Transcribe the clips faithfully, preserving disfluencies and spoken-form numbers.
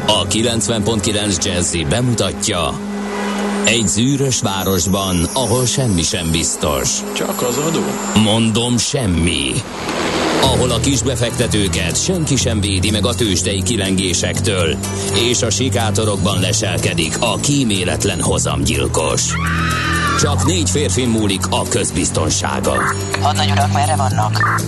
A kilencven pont kilenc Jazzy bemutatja: egy zűrös városban, ahol semmi sem biztos. Csak az adó? Mondom, semmi. Ahol a kisbefektetőket senki sem védi meg a tőzsdei kilengésektől, és a sikátorokban leselkedik a kíméletlen hozamgyilkos. Csak négy férfi múlik a közbiztonsága. Hadnagy urak, merre vannak?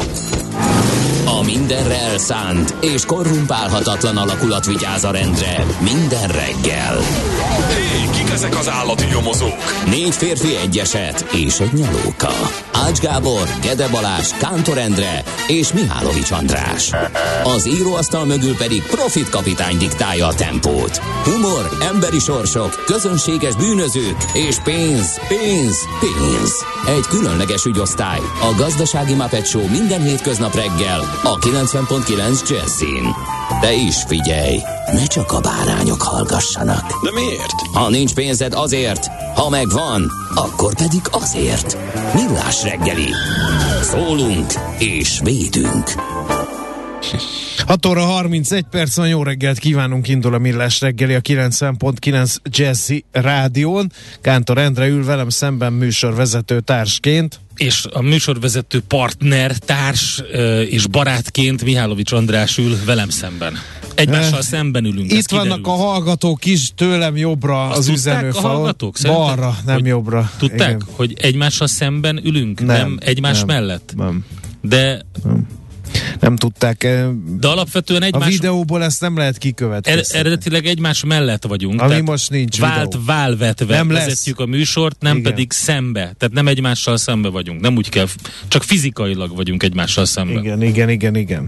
A mindenre elszánt és korrumpálhatatlan alakulat vigyáz a rendre minden reggel. Hé, kik ezek az állati nyomozók? Négy férfi, egy eset és egy nyalóka. Ács Gábor, Gede Balázs, Kántor Endre és Mihálovics András. Az íróasztal mögül pedig Profit kapitány diktálja a tempót. Humor, emberi sorsok, közönséges bűnözők és pénz, pénz, pénz. Egy különleges ügyosztály, a Gazdasági Muppet Show minden hétköznap reggel a kilencven pont kilenc Jazzyn. De is figyelj, ne csak a bárányok hallgassanak. De miért? Ha nincs pénzed, azért, ha megvan, akkor pedig azért. Millás reggeli. Szólunk és védünk. hat óra harmincegy perc van, jó reggelt kívánunk, indul a Millás reggeli a kilencven pont kilenc Jazzy rádión. Kántor Endre ül velem szemben műsorvezető társként. És a műsorvezető partner, társ és barátként Mihálovics András ül velem szemben. Egymással e, szemben ülünk. Itt vannak kiderült. A hallgatók is tőlem jobbra. Azt az üzenőfalon. Balra, nem hogy jobbra. Tudták, igen, hogy egymással szemben ülünk? Nem, nem egymás nem, mellett? Nem. De... Nem. Nem tudták. De alapvetően egymás... A videóból ezt nem lehet kikövetkezni. Eredetileg egymás mellett vagyunk. Ami most nincs vált videó. Válvetve nem vezetjük lesz a műsort, nem igen, pedig szembe. Tehát nem egymással szembe vagyunk. Nem úgy kell, csak fizikailag vagyunk egymással szembe. Igen, igen, igen, igen.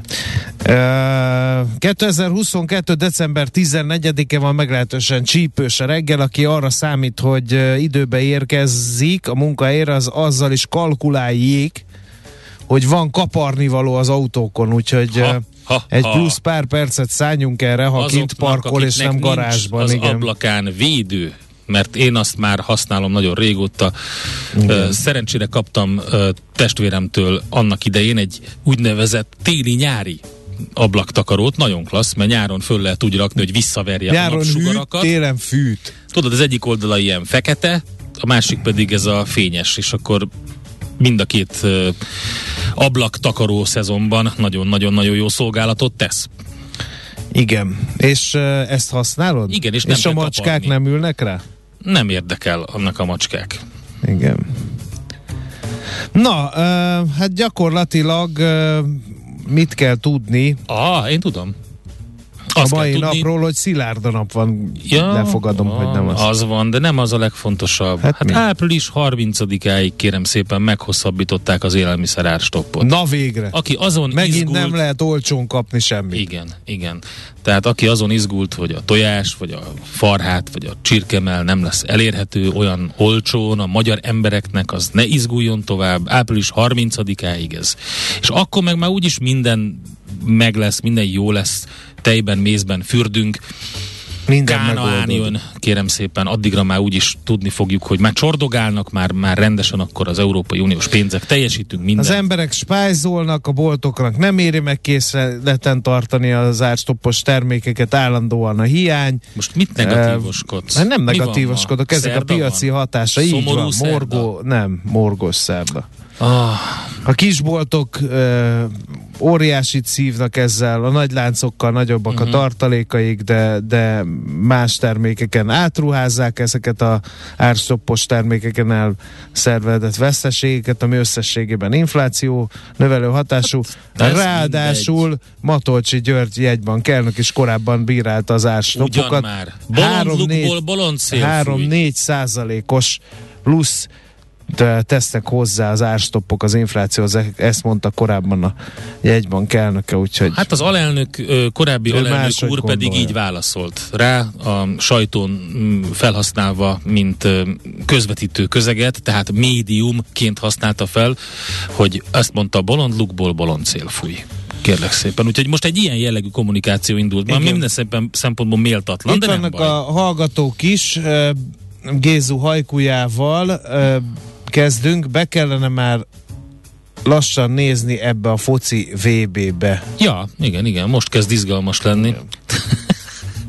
Uh, kétezer-huszonkettő. december tizennegyedike van, meglehetősen csípős a reggel. Aki arra számít, hogy uh, időbe érkezzik a munkahelyre, az azzal is kalkuláljék, hogy van kaparnivaló az autókon, úgyhogy ha, ha, egy plusz pár percet szálljunk erre, ha azoknak, kint parkol és nem garázsban. Az igen, ablakán védő, mert én azt már használom nagyon régóta. Igen. Szerencsére kaptam testvéremtől annak idején egy úgynevezett téli-nyári ablaktakarót, nagyon klassz, mert nyáron föl lehet úgy rakni, hogy visszaverje nyáron a napsugarakat. Hűt, télen fűt. Tudod, az egyik oldala ilyen fekete, a másik pedig ez a fényes, és akkor mind a két uh, ablak takaró szezonban nagyon-nagyon-nagyon jó szolgálatot tesz. Igen. És uh, ezt használod? Igen, és nem és a macskák kaparni. Nem ülnek rá? Nem érdekel annak a macskák. Igen. Na, uh, hát gyakorlatilag uh, mit kell tudni? Ah, én tudom. Azt a mai napról, hogy szilárd a nap van, ja, lefogadom, ah, hogy nem az. Az van, de nem az a legfontosabb. Hát, hát április harmincadikáig kérem szépen meghosszabbították az élelmiszer árstoppot. Na végre! Aki azon megint izgult, nem lehet olcsón kapni semmit. Igen, igen. Tehát aki azon izgult, hogy a tojás, vagy a farhát, vagy a csirkemell nem lesz elérhető olyan olcsón a magyar embereknek, az ne izguljon tovább. április harmincadikáig ez. És akkor meg már úgyis minden meg lesz, minden jó lesz, tejben, mézben fürdünk. Minden Kánaán jön, kérem szépen, addigra már úgyis tudni fogjuk, hogy már csordogálnak, már, már rendesen akkor az Európai Uniós pénzek, teljesítünk mindent. Az emberek spájzolnak, a boltoknak nem éri meg készleten tartani az árstoppos termékeket, állandóan a hiány. Most mit negatívoskodsz? Uh, nem negatívoskodok, ezek a piaci van? Hatása. Így van, morgó, nem, morgos szerda. Ah. A kisboltok uh, óriásit szívnak ezzel, a nagyláncokkal nagyobbak uh-huh. a tartalékaik, de, de más termékeken átruházzák ezeket a árstoppos termékeken elszervedett veszteségeket, ami összességében infláció növelő hatású. Hát, ráadásul mindegy. Matolcsi György jegybank elnök is korábban bírálta az árstoppokat. három-négy százalékos plusz tesznek hozzá az árstoppok az inflációhoz, ezt mondta korábban a jegybank elnöke, úgyhogy... Hát az alelnök, korábbi alelnök úr gondolja. Pedig így válaszolt rá, a sajtón felhasználva, mint közvetítő közeget, tehát médiumként használta fel, hogy azt mondta, bolond lukból bolond szél fúj. Kérlek szépen. Úgyhogy most egy ilyen jellegű kommunikáció indult. Már minden szempontból méltatlan, itt de nem vannak baj. A hallgatók is, Gézu hajkujával kezdünk, be kellene már lassan nézni ebbe a foci vé bé-be. Ja, igen, igen, most kezd izgalmas lenni.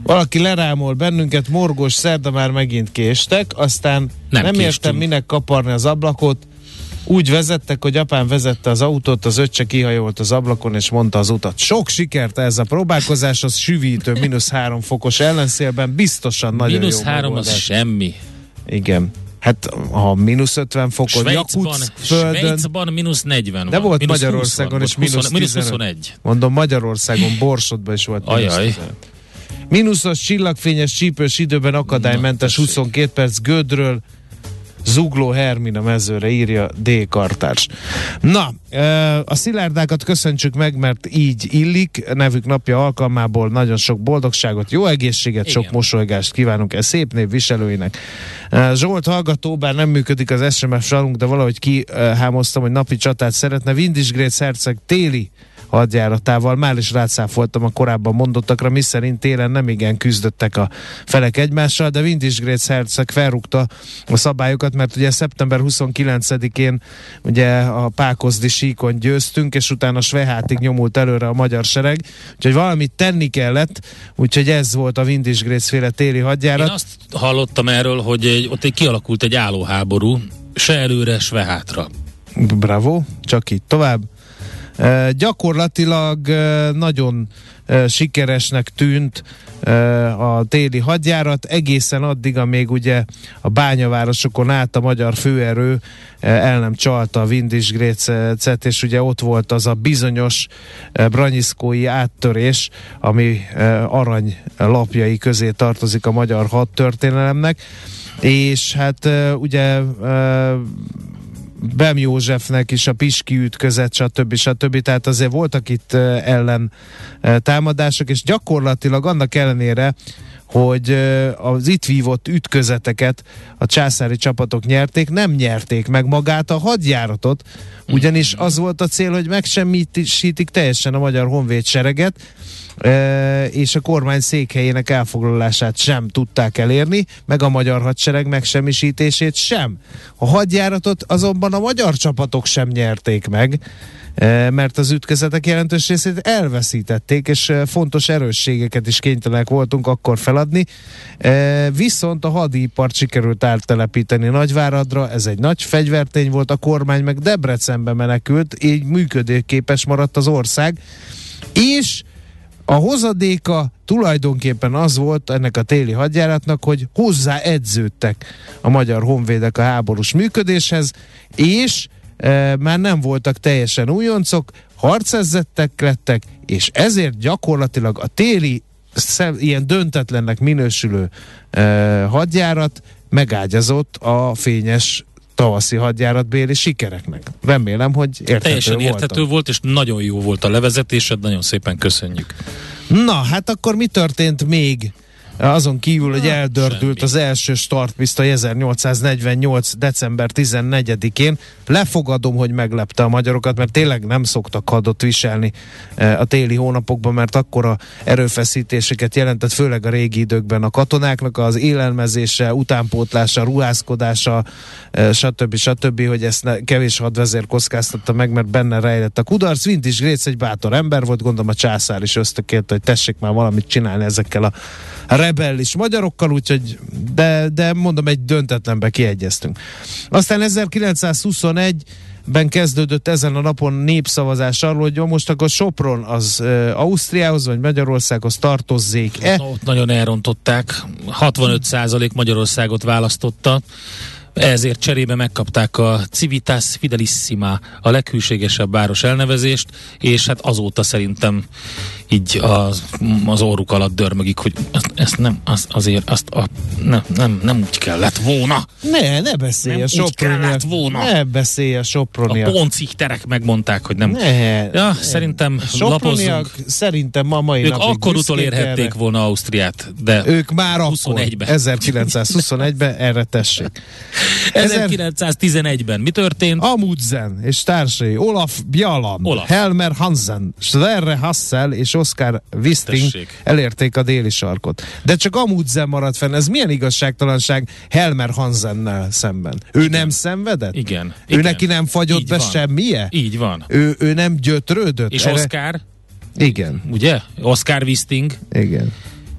Valaki lerámol bennünket, morgós szerda, már megint késtek, aztán nem, nem értem, minek kaparni az ablakot. Úgy vezettek, hogy apám vezette az autót, az öccse kihajolt az ablakon, és mondta az utat. Sok sikert ez a próbálkozás, az süvítő, mínusz három fokos ellenszélben, biztosan nagyon mínusz jó három az semmi. Igen. Hát, ha mínusz ötven fokos, Jakutsk földön... Svájcban mínusz negyven de van. volt Magyarországon is mínusz huszonegy. Mondom, Magyarországon, Borsodban is volt mínusz tizenöt. Mínuszos, csillagfényes, csípős időben akadálymentes huszonkét perc Gödről, Zugló Hermina mezőre, írja D. Kartárs. Na, a szilárdákat köszöntsük meg, mert így illik. Nevük napja alkalmából nagyon sok boldogságot, jó egészséget, igen, sok mosolygást kívánunk e szép név viselőinek. Zsolt hallgató, bár nem működik az es em es salunk, de valahogy kihámoztam, hogy napi csatát szeretne. Windisgrétz herceg téli hadjáratával, már is rácáfoltam a korábban mondottakra, miszerint télen nem igen küzdöttek a felek egymással, de Windisgrétz herceg felrúgta a szabályokat, mert ugye szeptember huszonkilencedikén ugye a Pákozdi síkon győztünk, és utána Svehátig nyomult előre a magyar sereg, úgyhogy valamit tenni kellett, úgyhogy ez volt a Windisgrétz féle téli hadjárat. Én azt hallottam erről, hogy egy, ott egy kialakult egy állóháború, se előre, se hátra. Bravo, csak így tovább. Uh, gyakorlatilag uh, nagyon uh, sikeresnek tűnt uh, a téli hadjárat, egészen addig, amíg ugye a bányavárosokon át a magyar főerő uh, el nem csalta a Windisgrétzet, és ugye ott volt az a bizonyos uh, branyiszkói áttörés, ami uh, arany lapjai közé tartozik a magyar hadtörténelemnek, és hát uh, ugye uh, Bem Józsefnek is a Piski ütközet, stb. stb. Tehát azért voltak itt ellen támadások, és gyakorlatilag annak ellenére, hogy az itt vívott ütközeteket a császári csapatok nyerték, nem nyerték meg magát a hadjáratot, ugyanis az volt a cél, hogy megsemmisítik teljesen a magyar honvéd sereget, és a kormány székhelyének elfoglalását sem tudták elérni, meg a magyar hadsereg megsemmisítését sem. A hadjáratot azonban a magyar csapatok sem nyerték meg, mert az ütközetek jelentős részét elveszítették, és fontos erősségeket is kénytelenek voltunk akkor feladni. Viszont a hadipart sikerült áttelepíteni Nagyváradra, ez egy nagy fegyvertény volt, a kormány meg Debrecenbe menekült, így működőképes maradt az ország, és a hozadéka tulajdonképpen az volt ennek a téli hadjáratnak, hogy hozzá edződtek a magyar honvédek a háborús működéshez, és e, már nem voltak teljesen újoncok, harcezzettek lettek, és ezért gyakorlatilag a téli szem, ilyen döntetlennek minősülő e, hadjárat megágyazott a fényes tavaszi hadjáratbéli sikereknek. Remélem, hogy érthető Teljesen voltam. érthető volt, és nagyon jó volt a levezetésed, nagyon szépen köszönjük. Na, hát akkor mi történt még? Azon kívül, hogy eldördült semmi. Az első startpisztoly ezernyolcszáznegyvennyolc. december tizennegyedikén. Lefogadom, hogy meglepte a magyarokat, mert tényleg nem szoktak hadot viselni a téli hónapokban, mert akkora erőfeszítéseket jelentett, főleg a régi időkben a katonáknak az élelmezése, utánpótlása, ruházkodása, stb. stb., hogy ezt ne, kevés hadvezér kockáztatta meg, mert benne rejlett a kudarc. Windisgrétz egy bátor ember volt, gondolom a császár is ösztökélte, hogy tessék már valamit csinálni ezekkel a rebellis magyarokkal, úgyhogy de, de mondom, egy döntetlenbe kiegyeztünk. Aztán ezerkilencszázhuszonegyben kezdődött ezen a napon népszavazás arról, hogy most akkor Sopron az e, Ausztriához vagy Magyarországhoz tartozzék-e. Ott nagyon elrontották, hatvanöt százalék Magyarországot választotta, ezért cserébe megkapták a Civitas Fidelissima, a leghűségesebb város elnevezést, és hát azóta szerintem így az, az orruk alatt dörmögik, hogy ezt nem, az, azért azt a, nem, nem, nem úgy kellett volna. Ne, ne beszélj a Soproniak. Ne beszélj a Soproniak. A poncikterek megmondták, hogy nem. Ne, ja, ne. Szerintem lapozzunk. Szerintem ma mai ők napig akkor utolérhették erre. Volna Ausztriát, de ők már huszonegyben. Akkor, ezerkilencszázhuszonegyben erre tessék. ezerkilencszáztizenegyben mi történt? Amundsen és társai Olaf Bjaaland, Olaf. Helmer Hansen, Sverre Hassel és Oskar Wisting Tessék. Elérték a déli sarkot. De csak Amundsen maradt fenn. Ez milyen igazságtalanság Helmer Hansennel szemben? Ő igen. Nem szenvedett? Igen. Ő igen. neki nem fagyott így be van. Semmije? Így van. Ő, ő nem gyötrődött? És Erre... Oskar? Igen. Ugye? Oskar Wisting? Igen.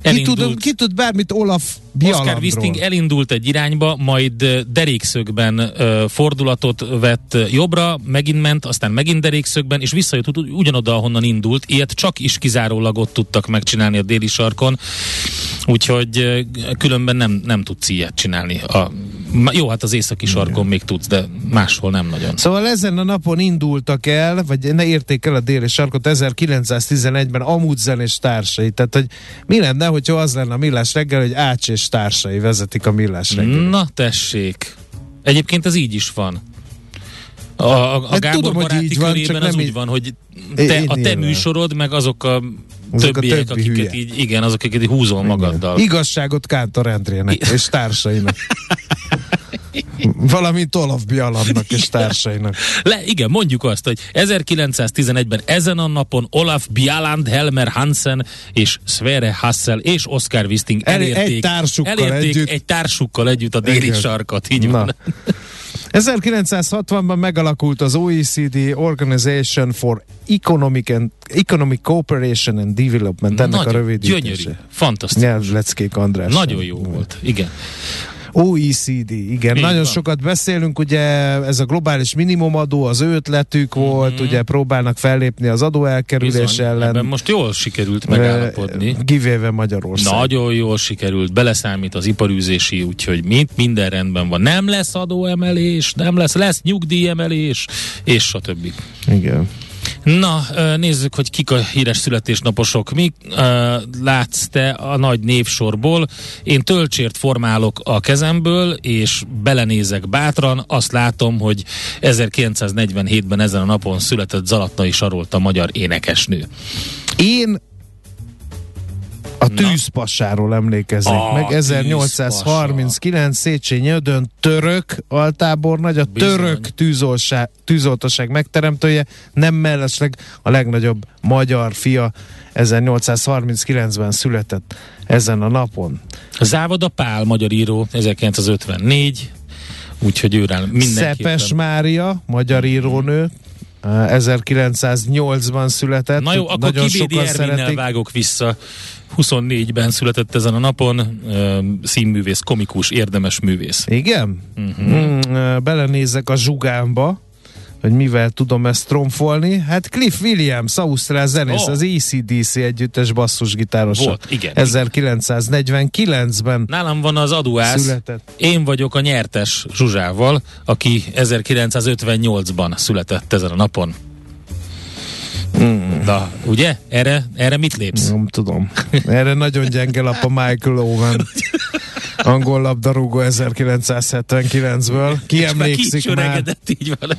Ki tud, ki tud bármit Olaf Bjalandról? Oscar Wisting elindult egy irányba, majd derékszögben uh, fordulatot vett jobbra, megint ment, aztán megint derékszögben, és visszajött ugyanoda, ahonnan indult. Ilyet csak is kizárólag ott tudtak megcsinálni a déli sarkon, úgyhogy uh, különben nem, nem tudsz ilyet csinálni. A, jó, hát az északi sarkon igen. még tudsz, de máshol nem nagyon. Szóval ezen a napon indultak el, vagy ne érték el a déli sarkot ezerkilencszáztizenegyben Amundsen és társai. Tehát, hogy mi lenne, hogyha az lenne a Millás reggel, hogy Ács és társai vezetik a Millás reggel. Na tessék. Egyébként ez így is van. A, a, a Gábor tudom, baráti így körében van, az úgy így... van, hogy te, a te műsorod, meg azok a azok többiek, a többi akiket hülye. így, igen, azok, akiket így húzol igen. magaddal. Igazságot Kántor Endrének és társainak. Valamint Olaf Bjalandnak és társainak. Le, igen, mondjuk azt, hogy ezerkilencszáztizenegyben ezen a napon Olaf Bjaland, Helmer Hansen és Sverre Hassel és Oscar Wisting elérték, egy társukkal elérték együtt. egy társukkal együtt a déli igen. sarkat. Így Na. van. ezerkilencszázhatvanban megalakult az o e cé dé Organization for Economic, and, Economic Cooperation and Development, ennek nagyon a rövidítése. Gyönyörű, fantasztikus. Nyelvleckék András. Nagyon jó volt, igen. o e cé dé, igen. Így nagyon van. Sokat beszélünk, ugye ez a globális minimumadó, az ő ötletük mm-hmm. volt, ugye próbálnak fellépni az adóelkerülés Bizony, ellen. Ebben most jól sikerült megállapodni. Kivéve Magyarország. Nagyon jól sikerült, beleszámít az iparűzési, úgyhogy mit, minden rendben van. Nem lesz adóemelés, nem lesz, lesz nyugdíjemelés, és stb. Igen. Na, nézzük, hogy kik a híres születésnaposok. Mi látsz te a nagy névsorból? Én töltsért formálok a kezemből, és belenézek bátran. Azt látom, hogy ezerkilencszáznegyvenhétben ezen a napon született Zalatnai Sarolta, magyar énekesnő. Én a tűzpassáról emlékeznék a meg. ezernyolcszázharminckilenc Széchenyi Ödön török altábornagy, a Bizony. török tűzoltóság megteremtője, nem mellesleg a legnagyobb magyar fia, ezernyolcszázharminckilencben született ezen a napon. Závoda Pál, magyar író, ezerkilencszázötvennégy, úgyhogy őrá mindenképpen. Szepes Mária, magyar írónő, ezerkilencszáznyolcban született. Na jó, akkor Kibédi Ervinnel vágok vissza. huszonnégyben született ezen a napon, uh, színművész, komikus, érdemes művész. Igen? Uh-huh. Mm, uh, belenézek a zsugámba, hogy mivel tudom ezt tromfolni. Hát Cliff Williams, ausztrál zenész, oh. az á cé dé cé együttes basszusgitárosa. Volt, igen. ezerkilencszáznegyvenkilencben nálam van az adóász. Született. Én vagyok a nyertes Zsuzsával, aki ezerkilencszázötvennyolcban született ezen a napon. Mm. Na, ugye? Erre, erre mit lépsz? Nem tudom. Erre nagyon gyenge lap a Michael Owen. Angol labdarúgó ezerkilencszázhetvenkilencből. Ki emlékszik már? Így van.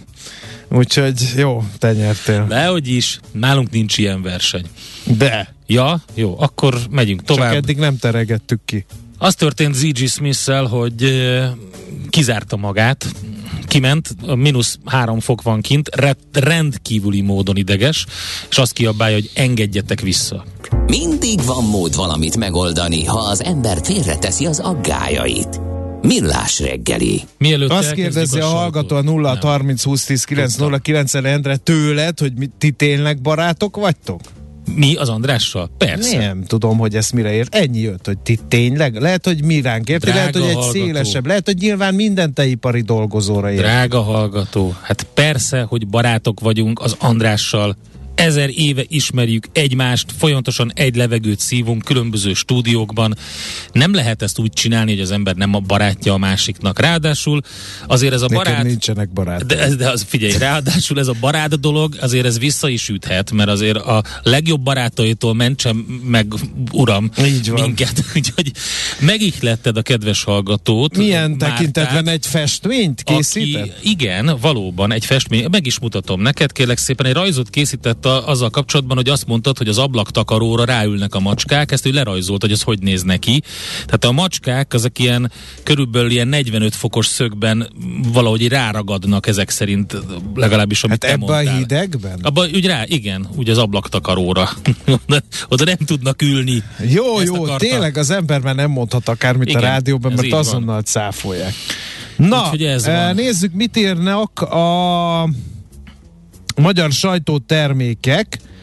Úgyhogy jó, te nyertél. Dehogy is, nálunk nincs ilyen verseny. De. Ja, jó, akkor megyünk tovább. Csak eddig nem teregettük ki. Az történt zé gé Smith-szel, hogy uh, kizárta magát, kiment, a mínusz három fok van kint, rendkívüli módon ideges, és azt kiabálja, hogy engedjetek vissza. Mindig van mód valamit megoldani, ha az ember félreteszi az aggályait. Millás reggeli. Mielőtt azt kérdezi a, a hallgató a nulla harminc húsz tíz kilenc nulla kilenc Endre tőled, hogy mi, ti tényleg barátok vagytok? Mi az Andrással? Persze. Nem tudom, hogy ezt mire ért. Ennyi jött, hogy ti tényleg. Lehet, hogy mi ránk érti, lehet, hogy egy hallgató. Szélesebb. Lehet, hogy nyilván minden teipari dolgozóra ért. Drága hallgató, hát persze, hogy barátok vagyunk az Andrással. Ezer éve ismerjük egymást, folyamatosan egy levegőt szívunk különböző stúdiókban. Nem lehet ezt úgy csinálni, hogy az ember nem a barátja a másiknak. Ráadásul azért ez a Nekem barát... nincsenek barátok. De, de az, figyelj, ráadásul ez a barát dolog, azért ez vissza is üthet, mert azért a legjobb barátaitól mentsen meg, uram, így van. Minket. Úgyhogy megihletted a kedves hallgatót. Milyen Mártát, tekintetben egy festményt készített? Aki, igen, valóban egy festmény. Meg is mutatom neked, kérlek szépen, egy rajzot készített a, azzal kapcsolatban, hogy azt mondtad, hogy az ablaktakaróra ráülnek a macskák, ezt ő lerajzolt, hogy az hogy néz neki. Tehát a macskák azok ilyen körülbelül ilyen negyvenöt fokos szögben valahogy ráragadnak ezek szerint, legalábbis amit hát te ebben mondtál. a hidegben? Abba, úgy rá, igen, úgy az ablaktakaróra. Oda nem tudnak ülni. Jó, ezt jó, akarta. Tényleg az ember már nem mondhat akármit igen, a rádióban, mert azonnal van. Cáfolják. Na, úgy, nézzük, mit írnak a magyar sajtótermékek.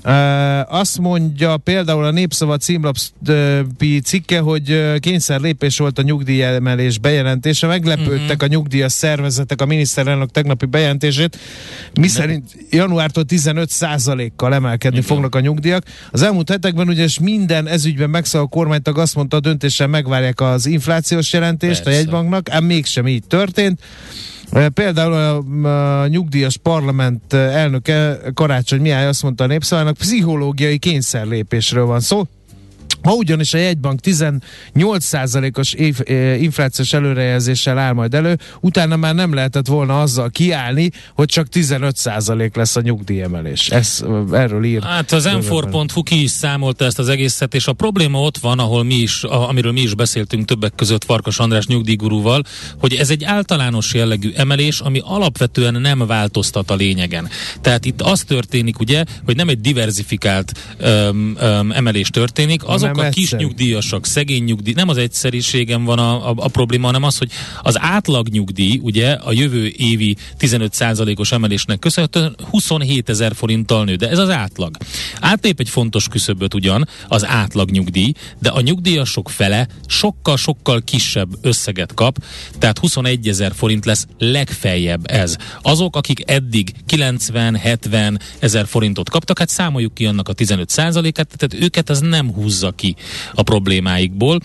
Uh, azt mondja például a Népszava címlapi cikke, hogy kényszer lépés volt a nyugdíjemelés bejelentése. Meglepődtek uh-huh. a nyugdíjas szervezetek a miniszterelnök tegnapi bejelentését, miszerint januártól tizenöt százalékkal emelkedni uh-huh. fognak a nyugdíjak. Az elmúlt hetekben ugyanis minden ezügyben megszóló kormánytag azt mondta, a döntéssel megvárják az inflációs jelentést Persze. a jegybanknak, ám mégsem így történt. Például a, a nyugdíjas parlament elnöke Karácsony Mihály azt mondta a Népszavának, pszichológiai kényszerlépésről van szó. Ha ugyanis a jegybank tizennyolc százalékos inflációs előrejelzéssel áll majd elő, utána már nem lehetett volna azzal kiállni, hogy csak tizenöt százalék lesz a nyugdíjemelés. Ez, erről ír. Hát az em négy pont hu ki is számolta ezt az egészet, és a probléma ott van, ahol mi is, amiről mi is beszéltünk többek között Farkas András nyugdíjgurúval, hogy ez egy általános jellegű emelés, ami alapvetően nem változtat a lényegen. Tehát itt az történik, ugye, hogy nem egy diverzifikált öm, öm, emelés történik, azok a kis nyugdíjasok, szegény nyugdíj, nem az egyszeriségen van a, a, a probléma, hanem az, hogy az átlag nyugdíj, ugye a jövő évi tizenöt százalékos emelésnek köszönhetően huszonhétezer forinttal nő, de ez az átlag. Átlép egy fontos küszöböt ugyan, az átlag nyugdíj, de a nyugdíjasok fele sokkal-sokkal kisebb összeget kap, tehát huszonegyezer forint lesz legfeljebb ez. Azok, akik eddig kilencven-hetven ezer forintot kaptak, hát számoljuk ki annak a tizenöt százalékát, tehát őket ez nem húzza ki a problémáikból.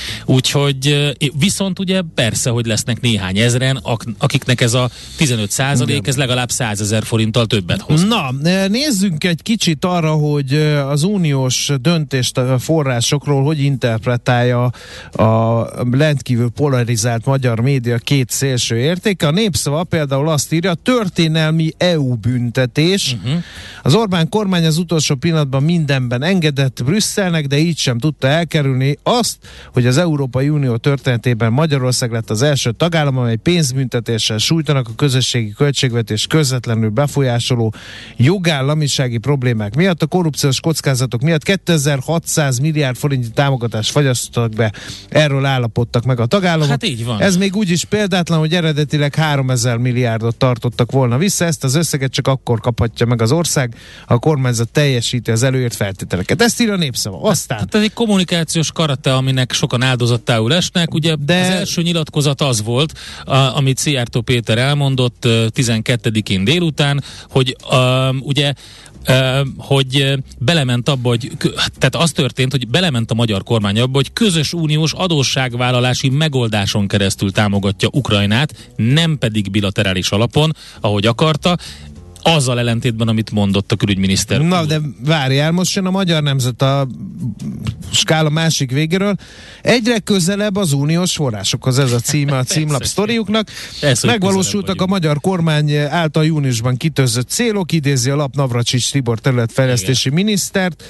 Úgyhogy viszont ugye persze, hogy lesznek néhány ezren, akiknek ez a tizenöt százalék, ez legalább százezer forinttal többet hoz. Na, nézzünk egy kicsit arra, hogy az uniós döntést a forrásokról hogy interpretálja a rendkívül polarizált magyar média két szélső értéke. A Népszava például azt írja, történelmi é u büntetés. Uh-huh. Az Orbán kormány az utolsó pillanatban mindenben engedett Brüsszelnek, de így sem tudta elkerülni azt, hogy az Európai Unió történetében Magyarország lett az első tagállam, amely pénzbüntetéssel sújtanak a közösségi költségvetés közvetlenül befolyásoló jogállamisági problémák miatt. A korrupciós kockázatok miatt kétezer-hatszáz milliárd forintnyi támogatást fagyasztottak be. Erről állapodtak meg a tagállamok. Hát így van. Ez még úgy is példátlan, hogy eredetileg háromezer milliárdot tartottak volna vissza. Ezt az összeget csak akkor kaphatja meg az ország, ha a kormányzat teljesíti az előírt feltételeket. Ezt ír a Népszava. Aztán. Hát ez egy kommunikációs karate, aminek sokan áldozattául esnek. Ugye de... az első nyilatkozat az volt, a, amit Szijjártó Péter elmondott tizenkettedikén délután, hogy um, ugye Uh, hogy belement abba, hogy tehát az történt, hogy belement a magyar kormány abba, hogy közös uniós adósságvállalási megoldáson keresztül támogatja Ukrajnát, nem pedig bilaterális alapon, ahogy akarta, azzal ellentétben, amit mondott a külügyminiszter. Na, úr. de várjál, most jön a Magyar Nemzet a skála másik végéről. Egyre közelebb az uniós forrásokhoz, ez a címe a címlap sztoriuknak. Megvalósultak a magyar kormány által júniusban kitűzött célok, idézi a lap Navracsics Tibor területfejlesztési Igen. minisztert,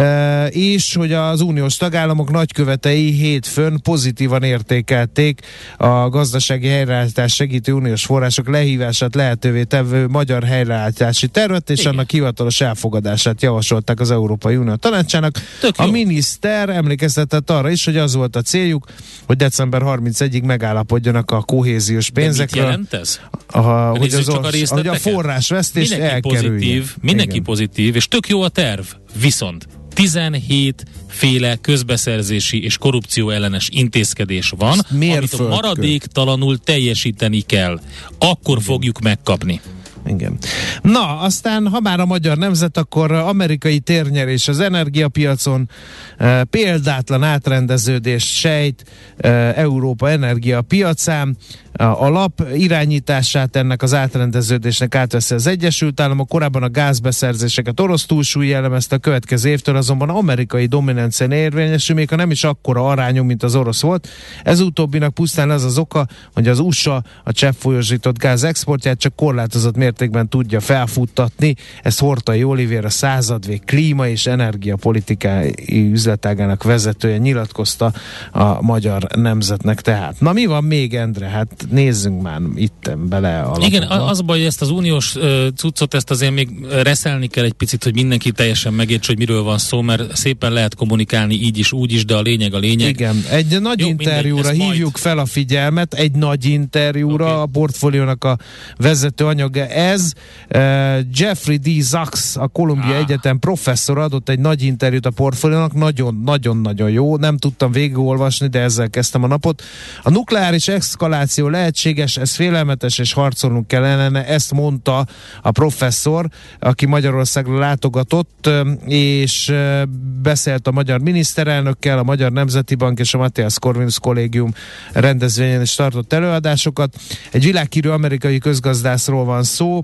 és hogy az uniós tagállamok nagykövetei hétfőn pozitívan értékelték a gazdasági helyreállítás segítő uniós források lehívását lehetővé tevő magyar helyreállítási tervet, és Igen. annak hivatalos elfogadását javasolták az Európai Unió Tanácsának. A miniszter emlékeztetett arra is, hogy az volt a céljuk, hogy december harmincegyedikéig megállapodjanak a kohéziós pénzekről. De mit jelent ez? A, hogy, az orsz, a hogy a forrásvesztést elkerüljön. Pozitív, mindenki Igen. pozitív, és tök jó a terv. Viszont tizenhét féle közbeszerzési és korrupció ellenes intézkedés van, amit maradéktalanul teljesíteni kell. Akkor Igen. fogjuk megkapni. Igen. Na, aztán, ha már a Magyar Nemzet, akkor amerikai térnyerés az energiapiacon, e, példátlan átrendeződés sejt e, Európa energiapiacán. A lap irányítását ennek az átrendeződésnek átveszi az Egyesült Államok, korábban a gázbeszerzéseket orosz túlsúly jellemezte, a következő évtől azonban amerikai dominancia érvényesül, még ha nem is akkora arányú, mint az orosz volt. Ez utóbbinak pusztán az az oka, hogy az u es á a cseppfolyósított gáz exportját csak korlátozott mértékben tudja felfuttatni. Ezt Hortai Olivér, a századvég klíma és energiapolitikai üzletágának vezetője nyilatkozta a Magyar Nemzetnek tehát. Na mi van még, Endre? Hát nézzünk már itten bele alapokba. Igen, az baj, hogy ezt az uniós uh, cuccot, ezt azért még reszelni kell egy picit, hogy mindenki teljesen megértse, hogy miről van szó, mert szépen lehet kommunikálni így is, úgy is, de a lényeg a lényeg. Igen, egy nagy Jó, interjúra mindegy, hívjuk majd fel a figyelmet, egy nagy interjúra, okay. A portfóliónak a vezető anyaga ez. Jeffrey D. Sachs, a Columbia ah. Egyetem professzor adott egy nagy interjút a portfóliónak, nagyon-nagyon-nagyon jó, nem tudtam végigolvasni, de ezzel kezdtem a napot. A nukleáris eszkaláció lehetséges, ez félelmetes, és harcolnunk kellene, ezt mondta a professzor, aki Magyarországra látogatott, és beszélt a magyar miniszterelnökkel, a Magyar Nemzeti Bank és a Matthias Corvinus Kollégium rendezvényen is tartott előadásokat. Egy világhírű amerikai közgazdászról van szó,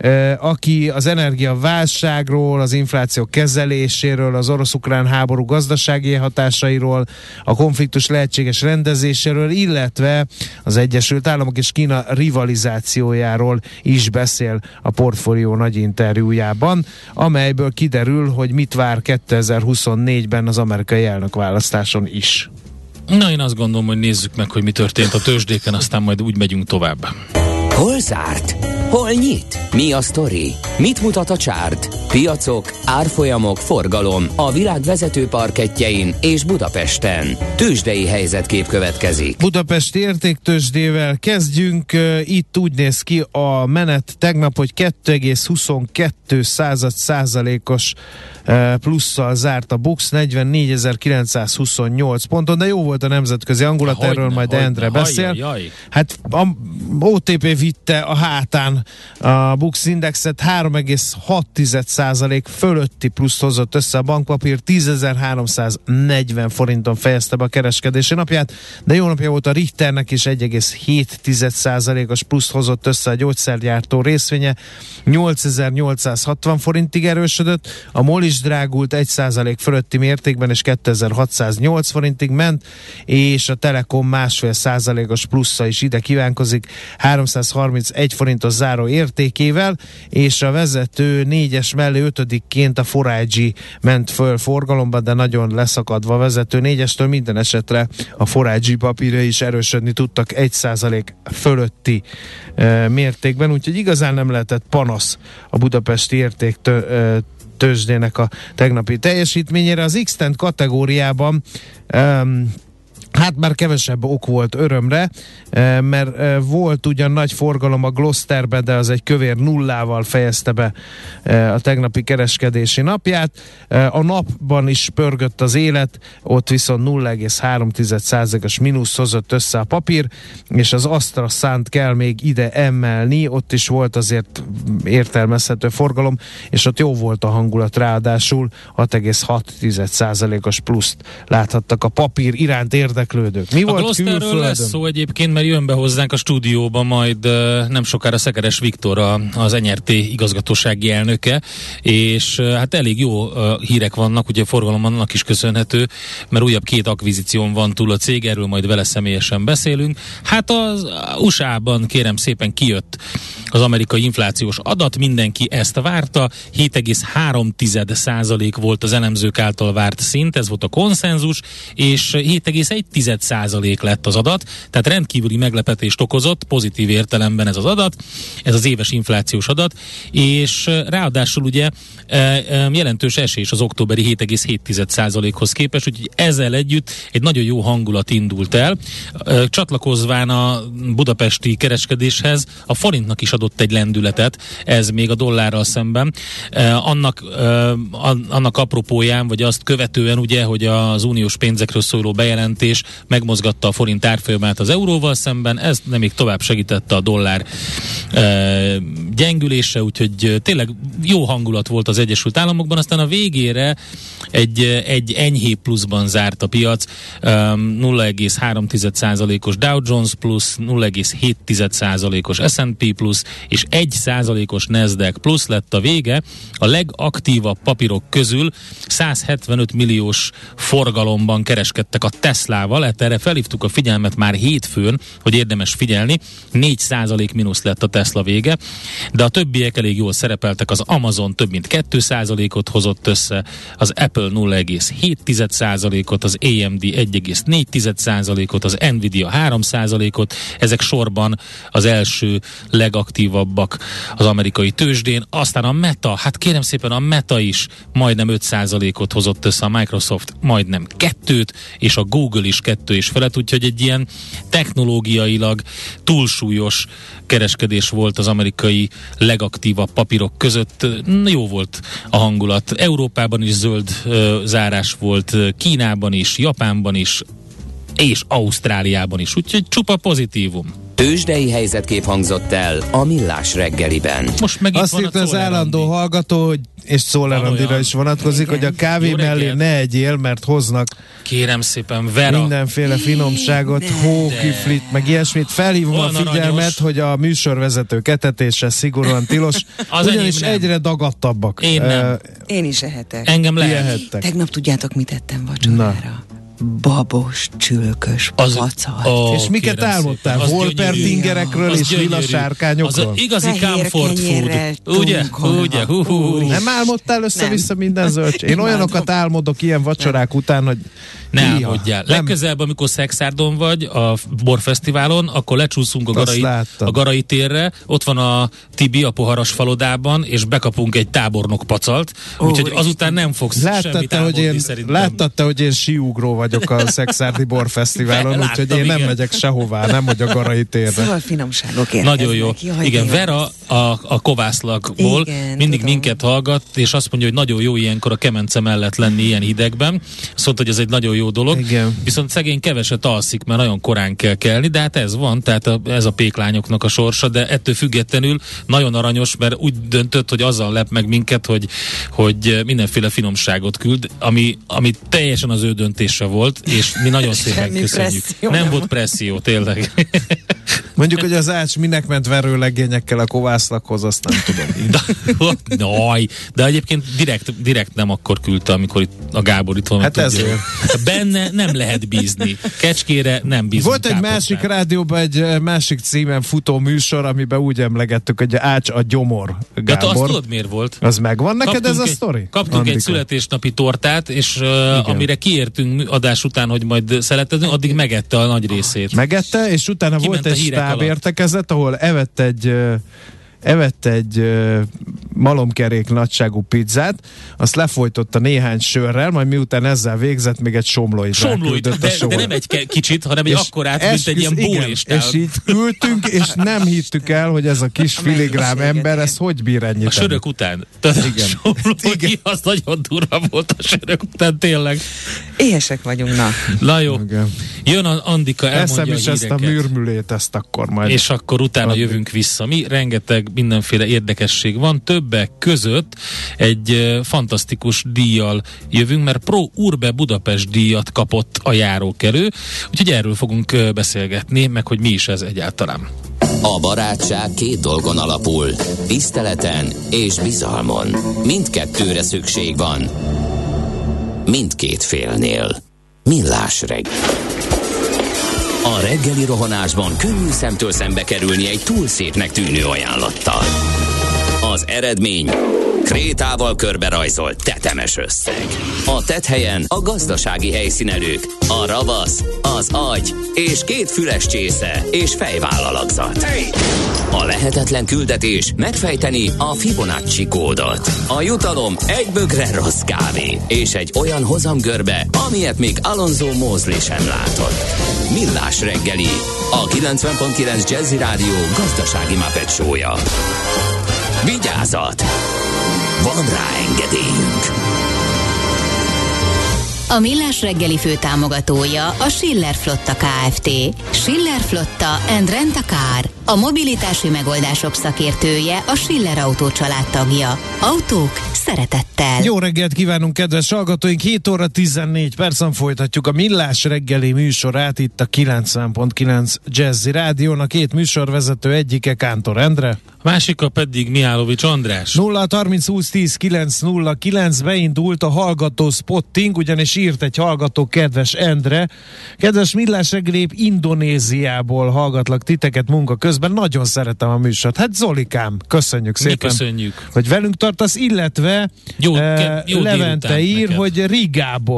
aki az energiaválságról, az infláció kezeléséről, az orosz-ukrán háború gazdasági hatásairól, a konfliktus lehetséges rendezéséről, illetve az Egyesült Államok és Kína rivalizációjáról is beszél a portfólió nagy interjújában, amelyből kiderül, hogy mit vár kétezer-huszonnégyben az amerikai elnökválasztáson is. Na, én azt gondolom, hogy nézzük meg, hogy mi történt a tőzsdéken, aztán majd úgy megyünk tovább. Hol zárt? Hol nyit? Mi a sztori? Mit mutat a csárt? Piacok, árfolyamok, forgalom a világ vezető parkettjein és Budapesten. Tőzsdei helyzetkép következik. Budapest értéktőzsdével kezdjünk. Itt úgy néz ki a menet tegnap, hogy kettő egész huszonkettő százalékos plusszal zárt a BUX, negyvennégyezer-kilencszázhuszonnyolc ponton, de jó volt a nemzetközi hangulat, hogyne, erről majd hogyne, Endre beszél. Jaj, jaj. Hát a o té pé vitte a hátán a BUX indexet, három egész hat százalék fölötti pluszt hozott össze a bankpapír, tízezer-háromszáznegyven forinton fejezte be a kereskedési napját, de jó napja volt a Richternek is, egy egész hét százalékos pluszt hozott össze a gyógyszergyártó részvénye, nyolcezer-nyolcszázhatvan forintig erősödött, a MOL is drágult egy százalék fölötti mértékben, és kétezer-hatszáznyolc forintig ment, és a Telekom másfél százalékos plusza is ide kívánkozik, háromszázharmincegy forintos záró értékével, és a vezető négyes mellé ötödikként a four I G ment föl forgalomban, de nagyon leszakadva a vezető négyestől, minden esetre a four I G papírja is erősödni tudtak egy százalék fölötti e, mértékben, úgyhogy igazán nem lehetett panasz a budapesti érték tő, tőzsdének a tegnapi teljesítményére. Az X-Tent kategóriában um, hát már kevesebb ok volt örömre, mert volt ugyan nagy forgalom a Glosterben, de az egy kövér nullával fejezte be a tegnapi kereskedési napját. A napban is pörgött az élet, ott viszont nulla egész három százalékos mínusz hozott össze a papír, és az Astra Szánt kell még ide emelni, ott is volt azért értelmezhető forgalom, és ott jó volt a hangulat, ráadásul hat egész hat százalékos pluszt láthattak a papír iránt érdeklődők. Mi a Glosterről lesz szó egyébként, mert jön be hozzánk a stúdióba majd uh, nem sokára Szekeres Viktor, a, az en er té igazgatósági elnöke, és uh, hát elég jó uh, hírek vannak, ugye a forgalom annak is köszönhető, mert újabb két akvizíción van túl a cég, erről majd vele személyesen beszélünk. Hát az uh, u es á-ban kérem szépen kijött az amerikai inflációs adat, mindenki ezt várta, hét egész három százalék volt az elemzők által várt szint, ez volt a konszenzus, és hét egész egy százalék lett az adat, tehát rendkívüli meglepetést okozott, pozitív értelemben ez az adat, ez az éves inflációs adat, és ráadásul ugye jelentős esés az októberi hét egész hét százalékhoz képest, úgyhogy ezzel együtt egy nagyon jó hangulat indult el. Csatlakozván a budapesti kereskedéshez a forintnak is adott egy lendületet, ez még a dollárral szemben. Annak, annak apropóján, vagy azt követően ugye, hogy az uniós pénzekről szóló bejelentés megmozgatta a forint árfolyamát az euróval szemben, ez nem még tovább segítette a dollár e, gyengülése, úgyhogy tényleg jó hangulat volt az Egyesült Államokban, aztán a végére egy, egy enyhébb pluszban zárt a piac, e, nulla egész három százalékos Dow Jones plusz, nulla egész hét százalékos es and pé plusz, és egy százalékos Nasdaq plusz lett a vége. A legaktívabb papírok közül százhetvenöt milliós forgalomban kereskedtek a Teslával, hát erre felhívtuk a figyelmet már hétfőn, hogy érdemes figyelni, négy százalék mínusz lett a Tesla vége, de a többiek elég jól szerepeltek, az Amazon több mint két százalékot hozott össze, az Apple nulla egész hét százalékot, az á em dé egy egész négy százalékot, az Nvidia három százalékot, ezek sorban az első legaktívabb pozitívabbak az amerikai tőzsdén. Aztán a Meta, hát kérem szépen a Meta is majdnem öt százalékot hozott össze, a Microsoft majdnem kettőt, és a Google is kettő és felett, úgyhogy egy ilyen technológiailag túlsúlyos kereskedés volt az amerikai legaktívabb papírok között. Jó volt a hangulat. Európában is zöld ö, zárás volt, Kínában is, Japánban is, és Ausztráliában is, úgyhogy csupa pozitívum. Tőzsdei helyzetkép hangzott el a Millás reggeliben. Most meg itt azt van írt az állandó hallgató, hogy, és Czoller Andira is vonatkozik, igen, hogy a kávé mellé ne egyél, mert hoznak kérem szépen, Vera mindenféle finomságot, hókiflit, meg ilyesmit. Felhívom olyan a figyelmet, aranyos, hogy a műsorvezető etetése szigorúan tilos, ugyanis egyre dagadtabbak. Én nem. Uh, Én is ehetek. Engem lehet. Tegnap tudjátok, mit ettem vacsorára? Babos, csülkös, pacalt. Oh, és miket álmodtál? Wolpertingerekről és villasárkányokról? Az igazi comfort food. Ugye? Ugye? Hú, hú. Nem álmodtál össze-vissza minden zölds? Én olyanokat álmodok ilyen vacsorák után, hogy ne álmodjál. Legközelebb, amikor Szexárdon vagy a borfesztiválon, akkor lecsúszunk a Garai, a Garai térre, ott van a Tibi a poharas falodában, és bekapunk egy tábornok pacalt, úgyhogy azután nem fogsz láttad semmit te, álmodni, hogy én, szerintem. Láttad te, hogy én síugró vagyok a Szexárdi borfesztiválon, úgyhogy én nem igen. megyek sehová, nem hogy a Garai térre. Szóval finomságok érkeznek. Nagyon jó. Jaj, igen, Vera a, a kovászlakból igen, mindig tudom. Minket hallgat, és azt mondja, hogy nagyon jó ilyenkor a kemence mellett lenni ilyen hidegben. Azt mondta, hogy ez egy nagyon jó dolog. Igen. Viszont szegény keveset alszik, mert nagyon korán kell kelni, de hát ez van, tehát a, ez a péklányoknak a sorsa, de ettől függetlenül nagyon aranyos, mert úgy döntött, hogy azzal lep meg minket, hogy, hogy mindenféle finomságot küld, ami, ami teljesen az ő döntése volt, és mi nagyon szépen köszönjük. Nem, nem volt presszió, tényleg. Mondjuk, hogy az Ács minek ment verőlegényekkel a kovászlakhoz, azt nem tudom. De, naj, de egyébként direkt, direkt nem akkor küldte, amikor itt a Gábor itt van. Hát ezért. Benne nem lehet bízni. Kecskére nem bízunk. Volt egy másik rádióban egy másik címen futó műsor, amiben úgy emlegettük, hogy Ács a gyomor, Gábor. De azt tudod, miért volt? Az megvan neked kaptunk ez a egy, sztori? Kaptunk Andika. Egy születésnapi tortát, és uh, amire kiértünk adás után, hogy majd szeretetünk, addig megette a nagy részét. Megette, és utána kiment volt egy stábértekezet, ahol evett egy evett egy uh, malomkerék nagyságú pizzát, azt lefolytotta néhány sörrel, majd miután ezzel végzett, még egy somlóit Somlóit, de, de nem egy kicsit, hanem egy akkorát, mint egy ilyen bóléstál. És így küldtünk, és nem hittük el, hogy ez a kis filigrám ember, ez hogy bír ennyit? A sörök után. Igen. Somlói, az nagyon durva volt a sörök után, tényleg. Éhesek vagyunk, na. Na jó. Igen. Jön a Andika, elmondja Eszem is a ezt a műrmülét, ezt akkor majd. És akkor utána addig jövünk vissza. Mi rengeteg mindenféle érdekesség van, többek között egy uh, fantasztikus díjjal jövünk, mert Pro Urbe Budapest díjat kapott a járókelő, úgyhogy erről fogunk uh, beszélgetni, meg hogy mi is ez egyáltalán. A barátság két dolgon alapul, tiszteleten és bizalmon. Mindkettőre szükség van. Mindkét félnél. Millás reggeli. A reggeli rohanásban könnyű szemtől szembe kerülni egy túl szépnek tűnő ajánlattal. Az eredmény krétával körberajzolt tetemes összeg. A tetthelyen a gazdasági helyszínelők, a ravasz, az agy és két füles csésze és fejvállalakzat. A lehetetlen küldetés megfejteni a Fibonacci kódot. A jutalom egy bögre rossz kávé és egy olyan hozamgörbe, amilyet még Alonso Mosley sem látott. Millás reggeli, a kilencven pont kilenc Jazzy Rádió gazdasági Muppet show-ja. Vigyázat! Van rá engedélyünk! A Millás reggeli főtámogatója a Schiller Flotta Kft. Schiller Flotta and Rent a Car. A mobilitási megoldások szakértője, a Schiller Autó család tagja. Autók szeretettel. Jó reggelt kívánunk, kedves hallgatóink! hét óra tizennégy percen folytatjuk a Millás reggeli műsorát itt a kilencven pont kilenc Jazzy Rádión. A két műsorvezető egyike Kántor Endre, a másika pedig Mihálovics András. nulla harminc húsz tíz kilenc nulla kilenc beindult a hallgató spotting, ugyanis írt egy hallgató, kedves Endre. Kedves Millás reggeli, Indonéziából hallgatlak titeket munka közben, nagyon szeretem a műsort. Hát Zolikám, köszönjük szépen, Mi köszönjük, hogy velünk tartasz, illetve jó, eh, jó Levente ír, neked, hogy Rigából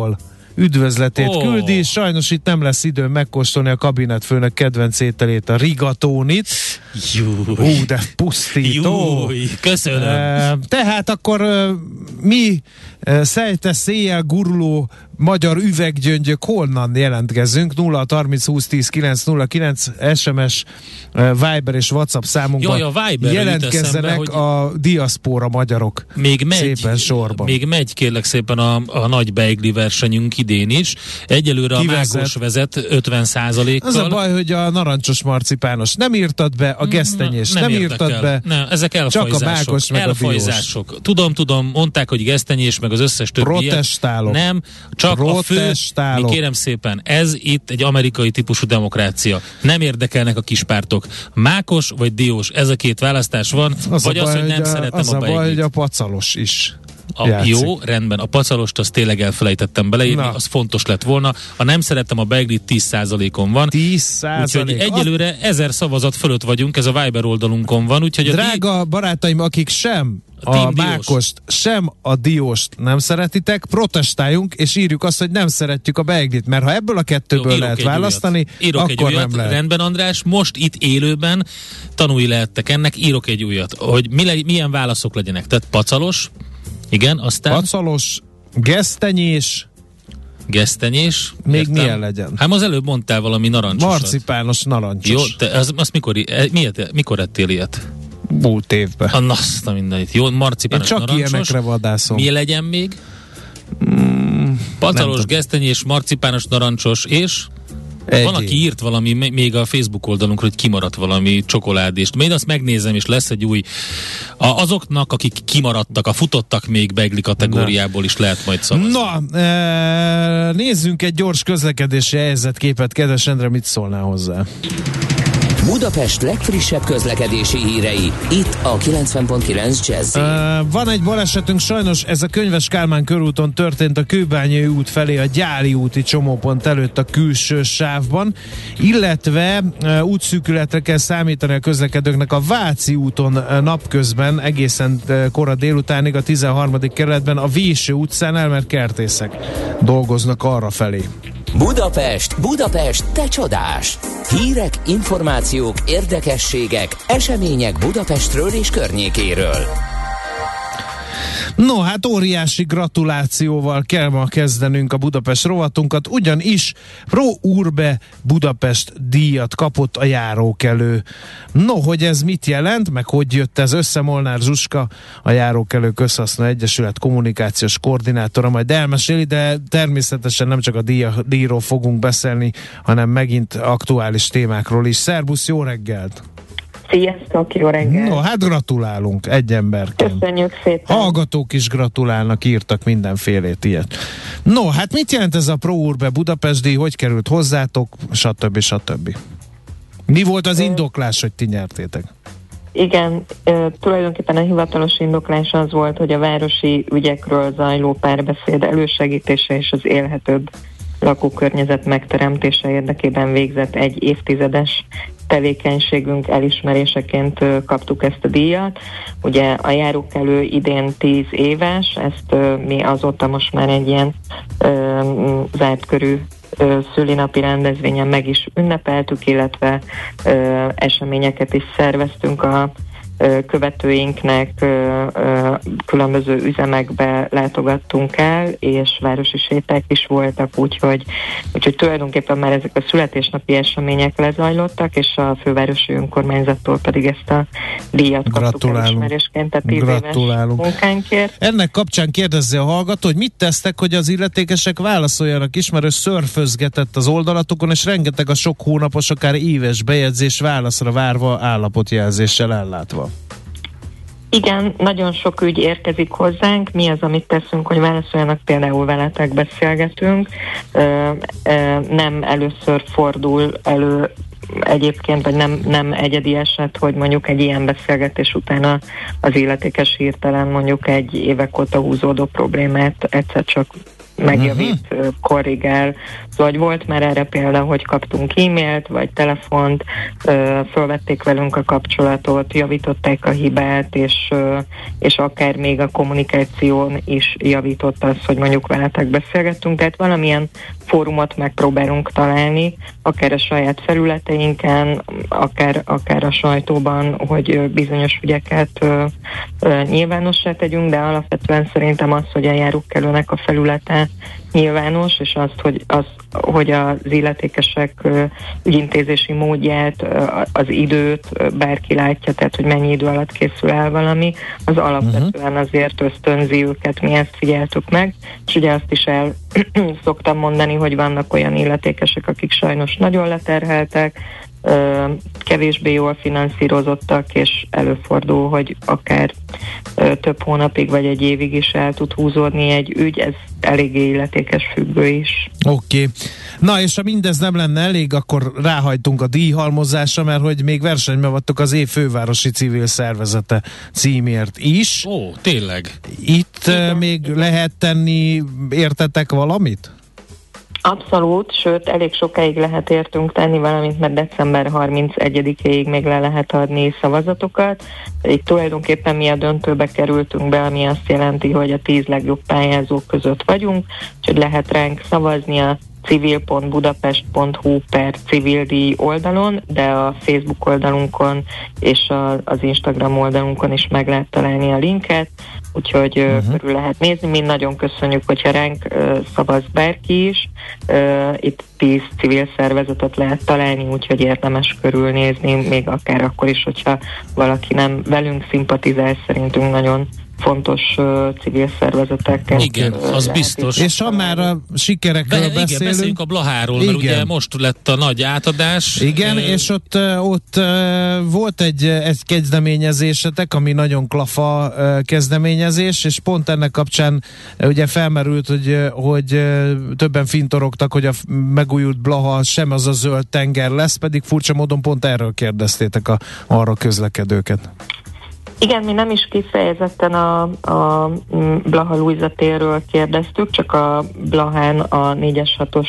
üdvözletét oh. küldi. Sajnos itt nem lesz időm megkóstolni a kabinetfőnök kedvenc ételét, a rigatónit. Ú, de pusztító. Júj, köszönöm. E, tehát akkor e, mi e, szejte széjjel guruló magyar üveggyöngyök honnan jelentkezünk? nulla harminc húsz tíz kilenc nulla kilenc es em es, Viber és WhatsApp számunkban. Jaj, a Viberről jelentkezzenek eszembe, a diaszpóra magyarok még megy, szépen sorban. Még megy kérlek szépen a, a nagy beigli versenyünk idén is. Egyelőre Ki a vezet? Mákos vezet ötven százalékkal. Az a baj, hogy a narancsos marcipános nem írtad be, a gesztenyés nem, nem írtad be. Nem, ezek elfajzások. Csak a mákos meg elfajzások. a diós. Tudom, tudom, mondták, hogy gesztenyés meg az összes többi. Protestálok. Nem, csak a fő, mi kérem szépen, ez itt egy amerikai típusú demokrácia. Nem érdekelnek a kispártok. Mákos vagy diós, ez a két választás van, az vagy az, az, baj, hogy nem a, szeretem az a beiglit. Az a baj, hogy a pacalos is a, jó, rendben, a pacalost azt tényleg elfelejtettem beleírni, Na. az fontos lett volna. A nem szeretem a beiglit tíz százalékon van. tíz százalék. Úgyhogy egyelőre ezer szavazat fölött vagyunk, ez a Viber oldalunkon van. Úgyhogy Drága a di- barátaim, akik sem a, a mákost, sem a dióst nem szeretitek, protestáljunk, és írjuk azt, hogy nem szeretjük a beiglit, mert ha ebből a kettőből jó, lehet választani, akkor nem lehet. Rendben, András, most itt élőben tanulni lehettek ennek, írok egy újat, hogy mi le, milyen válaszok legyenek. Tehát pacalos, igen, aztán... Pacalos, gesztenyés, Gesztenyés. Még értem. milyen legyen? Hát az előbb mondtál valami narancsosat. Marcipános narancsos. Jó, te az, az mikor, miért, mikor ettél ilyet? Múlt évben. A naszt a mindenit. Jó, marcipános Én csak narancsos. ilyenekre vadászom. Mi legyen még? Mm, Pacalos, gesztenyés, marcipános, narancsos, és... Egy Van, aki írt valami, még a Facebook oldalunkra, hogy kimaradt valami csokoládést. Majd azt megnézem, és lesz egy új... A, azoknak, akik kimaradtak, a futottak még beigli kategóriából is lehet majd szavazni. Na, e, nézzünk egy gyors közlekedési helyzetképet. Kedves Endre, mit szólnál hozzá? Budapest legfrissebb közlekedési hírei, itt a kilencven pont kilenc Jazzy. Uh, van egy balesetünk, sajnos ez a Könyves Kálmán körúton történt, a Kőbányai út felé a Gyáli úti csomópont előtt a külső sávban, illetve uh, útszűkületre kell számítani a közlekedőknek a Váci úton uh, napközben, egészen uh, kora délutánig a tizenharmadik kerületben a Véső utcánál, mert kertészek dolgoznak arra felé. Budapest, Budapest, te csodás! Hírek, információk, érdekességek, események Budapestről és környékéről. No, hát óriási gratulációval kell ma kezdenünk a Budapest rovatunkat, ugyanis Pro Urbe Budapest díjat kapott a járókelő. No, hogy ez mit jelent, meg hogy jött ez össze, Molnár Zsuska, a Járókelő Közhasznú Egyesület kommunikációs koordinátora majd elmeséli, de természetesen nem csak a díja, díjról fogunk beszélni, hanem megint aktuális témákról is. Szerbusz, jó reggelt! Sziasztok, jó reggelt! No, hát gratulálunk egy emberként. Köszönjük szépen! Hallgatók is gratulálnak, írtak mindenfélét ilyet. No, hát mit jelent ez a Pro Urbe Budapest díj, hogy került hozzátok, stb. stb. Mi volt az indoklás, hogy ti nyertétek? Igen, e, tulajdonképpen a hivatalos indoklás az volt, hogy a városi ügyekről zajló párbeszéd elősegítése és az élhetőbb lakókörnyezet megteremtése érdekében végzett egy évtizedes tevékenységünk elismeréseként kaptuk ezt a díjat. Ugye a Járókelő idén tíz éves, ezt mi azóta most már egy ilyen ö, zárt körű ö, szülinapi rendezvényen meg is ünnepeltük, illetve ö, eseményeket is szerveztünk a követőinknek, különböző üzemekbe látogattunk el, és városi séták is voltak, úgyhogy, úgyhogy tulajdonképpen már ezek a születésnapi események lezajlottak, és a fővárosi önkormányzattól pedig ezt a díjat kaptuk elismerésként a tíz éves munkánkért. Ennek kapcsán kérdezze a hallgató, hogy mit tesztek, hogy az illetékesek válaszoljanak is, mert ő szörfözgetett az oldalatokon, és rengeteg a sok hónapos, akár éves bejegyzés válaszra várva, állapotjelzéssel ellátva. Igen, nagyon sok ügy érkezik hozzánk. Mi az, amit teszünk, hogy válaszoljanak, például veletek beszélgetünk. Ö, ö, nem először fordul elő egyébként, vagy nem, nem egyedi eset, hogy mondjuk egy ilyen beszélgetés után az illetékes hirtelen mondjuk egy évek óta húzódó problémát egyszer csak megjavít, uh-huh. korrigál. Szóval volt már erre példa, hogy kaptunk e-mailt, vagy telefont, fölvették velünk a kapcsolatot, javították a hibát, és, és akár még a kommunikáción is javított az, hogy mondjuk veletek beszélgettünk, tehát valamilyen fórumot megpróbálunk találni, akár a saját felületeinken, akár, akár a sajtóban, hogy bizonyos ügyeket nyilvánossá tegyünk, de alapvetően szerintem az, hogy a járókelőnek a felülete nyilvános, és azt, hogy, az, hogy az illetékesek ügyintézési módját, az időt bárki látja, tehát hogy mennyi idő alatt készül el valami, az alapvetően azért ösztönzi őket, mi ezt figyeltük meg, és ugye azt is el szoktam mondani, hogy vannak olyan illetékesek, akik sajnos nagyon leterheltek, kevésbé jól finanszírozottak, és előfordul, hogy akár több hónapig vagy egy évig is el tud húzódni egy ügy, ez eléggé illetékes függő is. Oké. Okay. Na és ha mindez nem lenne elég, akkor ráhajtunk a díjhalmozásra, mert hogy még versenyben vagytok az év fővárosi civil szervezete címért is. Ó, tényleg? Itt igen. Még lehet tenni, értetek valamit? Abszolút, sőt, elég sokáig lehet értünk tenni valamit, mert december harmincegyedikéig még le lehet adni szavazatokat. Itt tulajdonképpen mi a döntőbe kerültünk be, ami azt jelenti, hogy a tíz legjobb pályázók között vagyunk, úgyhogy lehet ránk szavazni a civil pont budapest pont hu per civildíj oldalon, de a Facebook oldalunkon és a, az Instagram oldalunkon is meg lehet találni a linket, úgyhogy uh-huh. körül lehet nézni. Mi nagyon köszönjük, hogyha ránk uh, szavaz bárki is. Uh, itt tíz civil szervezetet lehet találni, úgyhogy érdemes körülnézni, még akár akkor is, hogyha valaki nem velünk szimpatizál, szerintünk nagyon fontos uh, civil szervezetekkel. Igen, az biztos. És ha már a sikerekről Be, beszélünk. Igen, beszéljünk a Blaháról, mert igen. Ugye most lett a nagy átadás. Igen, e... és ott, ott volt egy, egy kezdeményezésetek, ami nagyon klafa kezdeményezés, és pont ennek kapcsán ugye felmerült, hogy, hogy többen fintorogtak, hogy a megújult Blaha sem az a zöld tenger lesz, pedig furcsa módon pont erről kérdeztétek a, arra közlekedőket. Igen, mi nem is kifejezetten a, a Blaha-Lujza térről kérdeztük, csak a Blahán a négyes hatos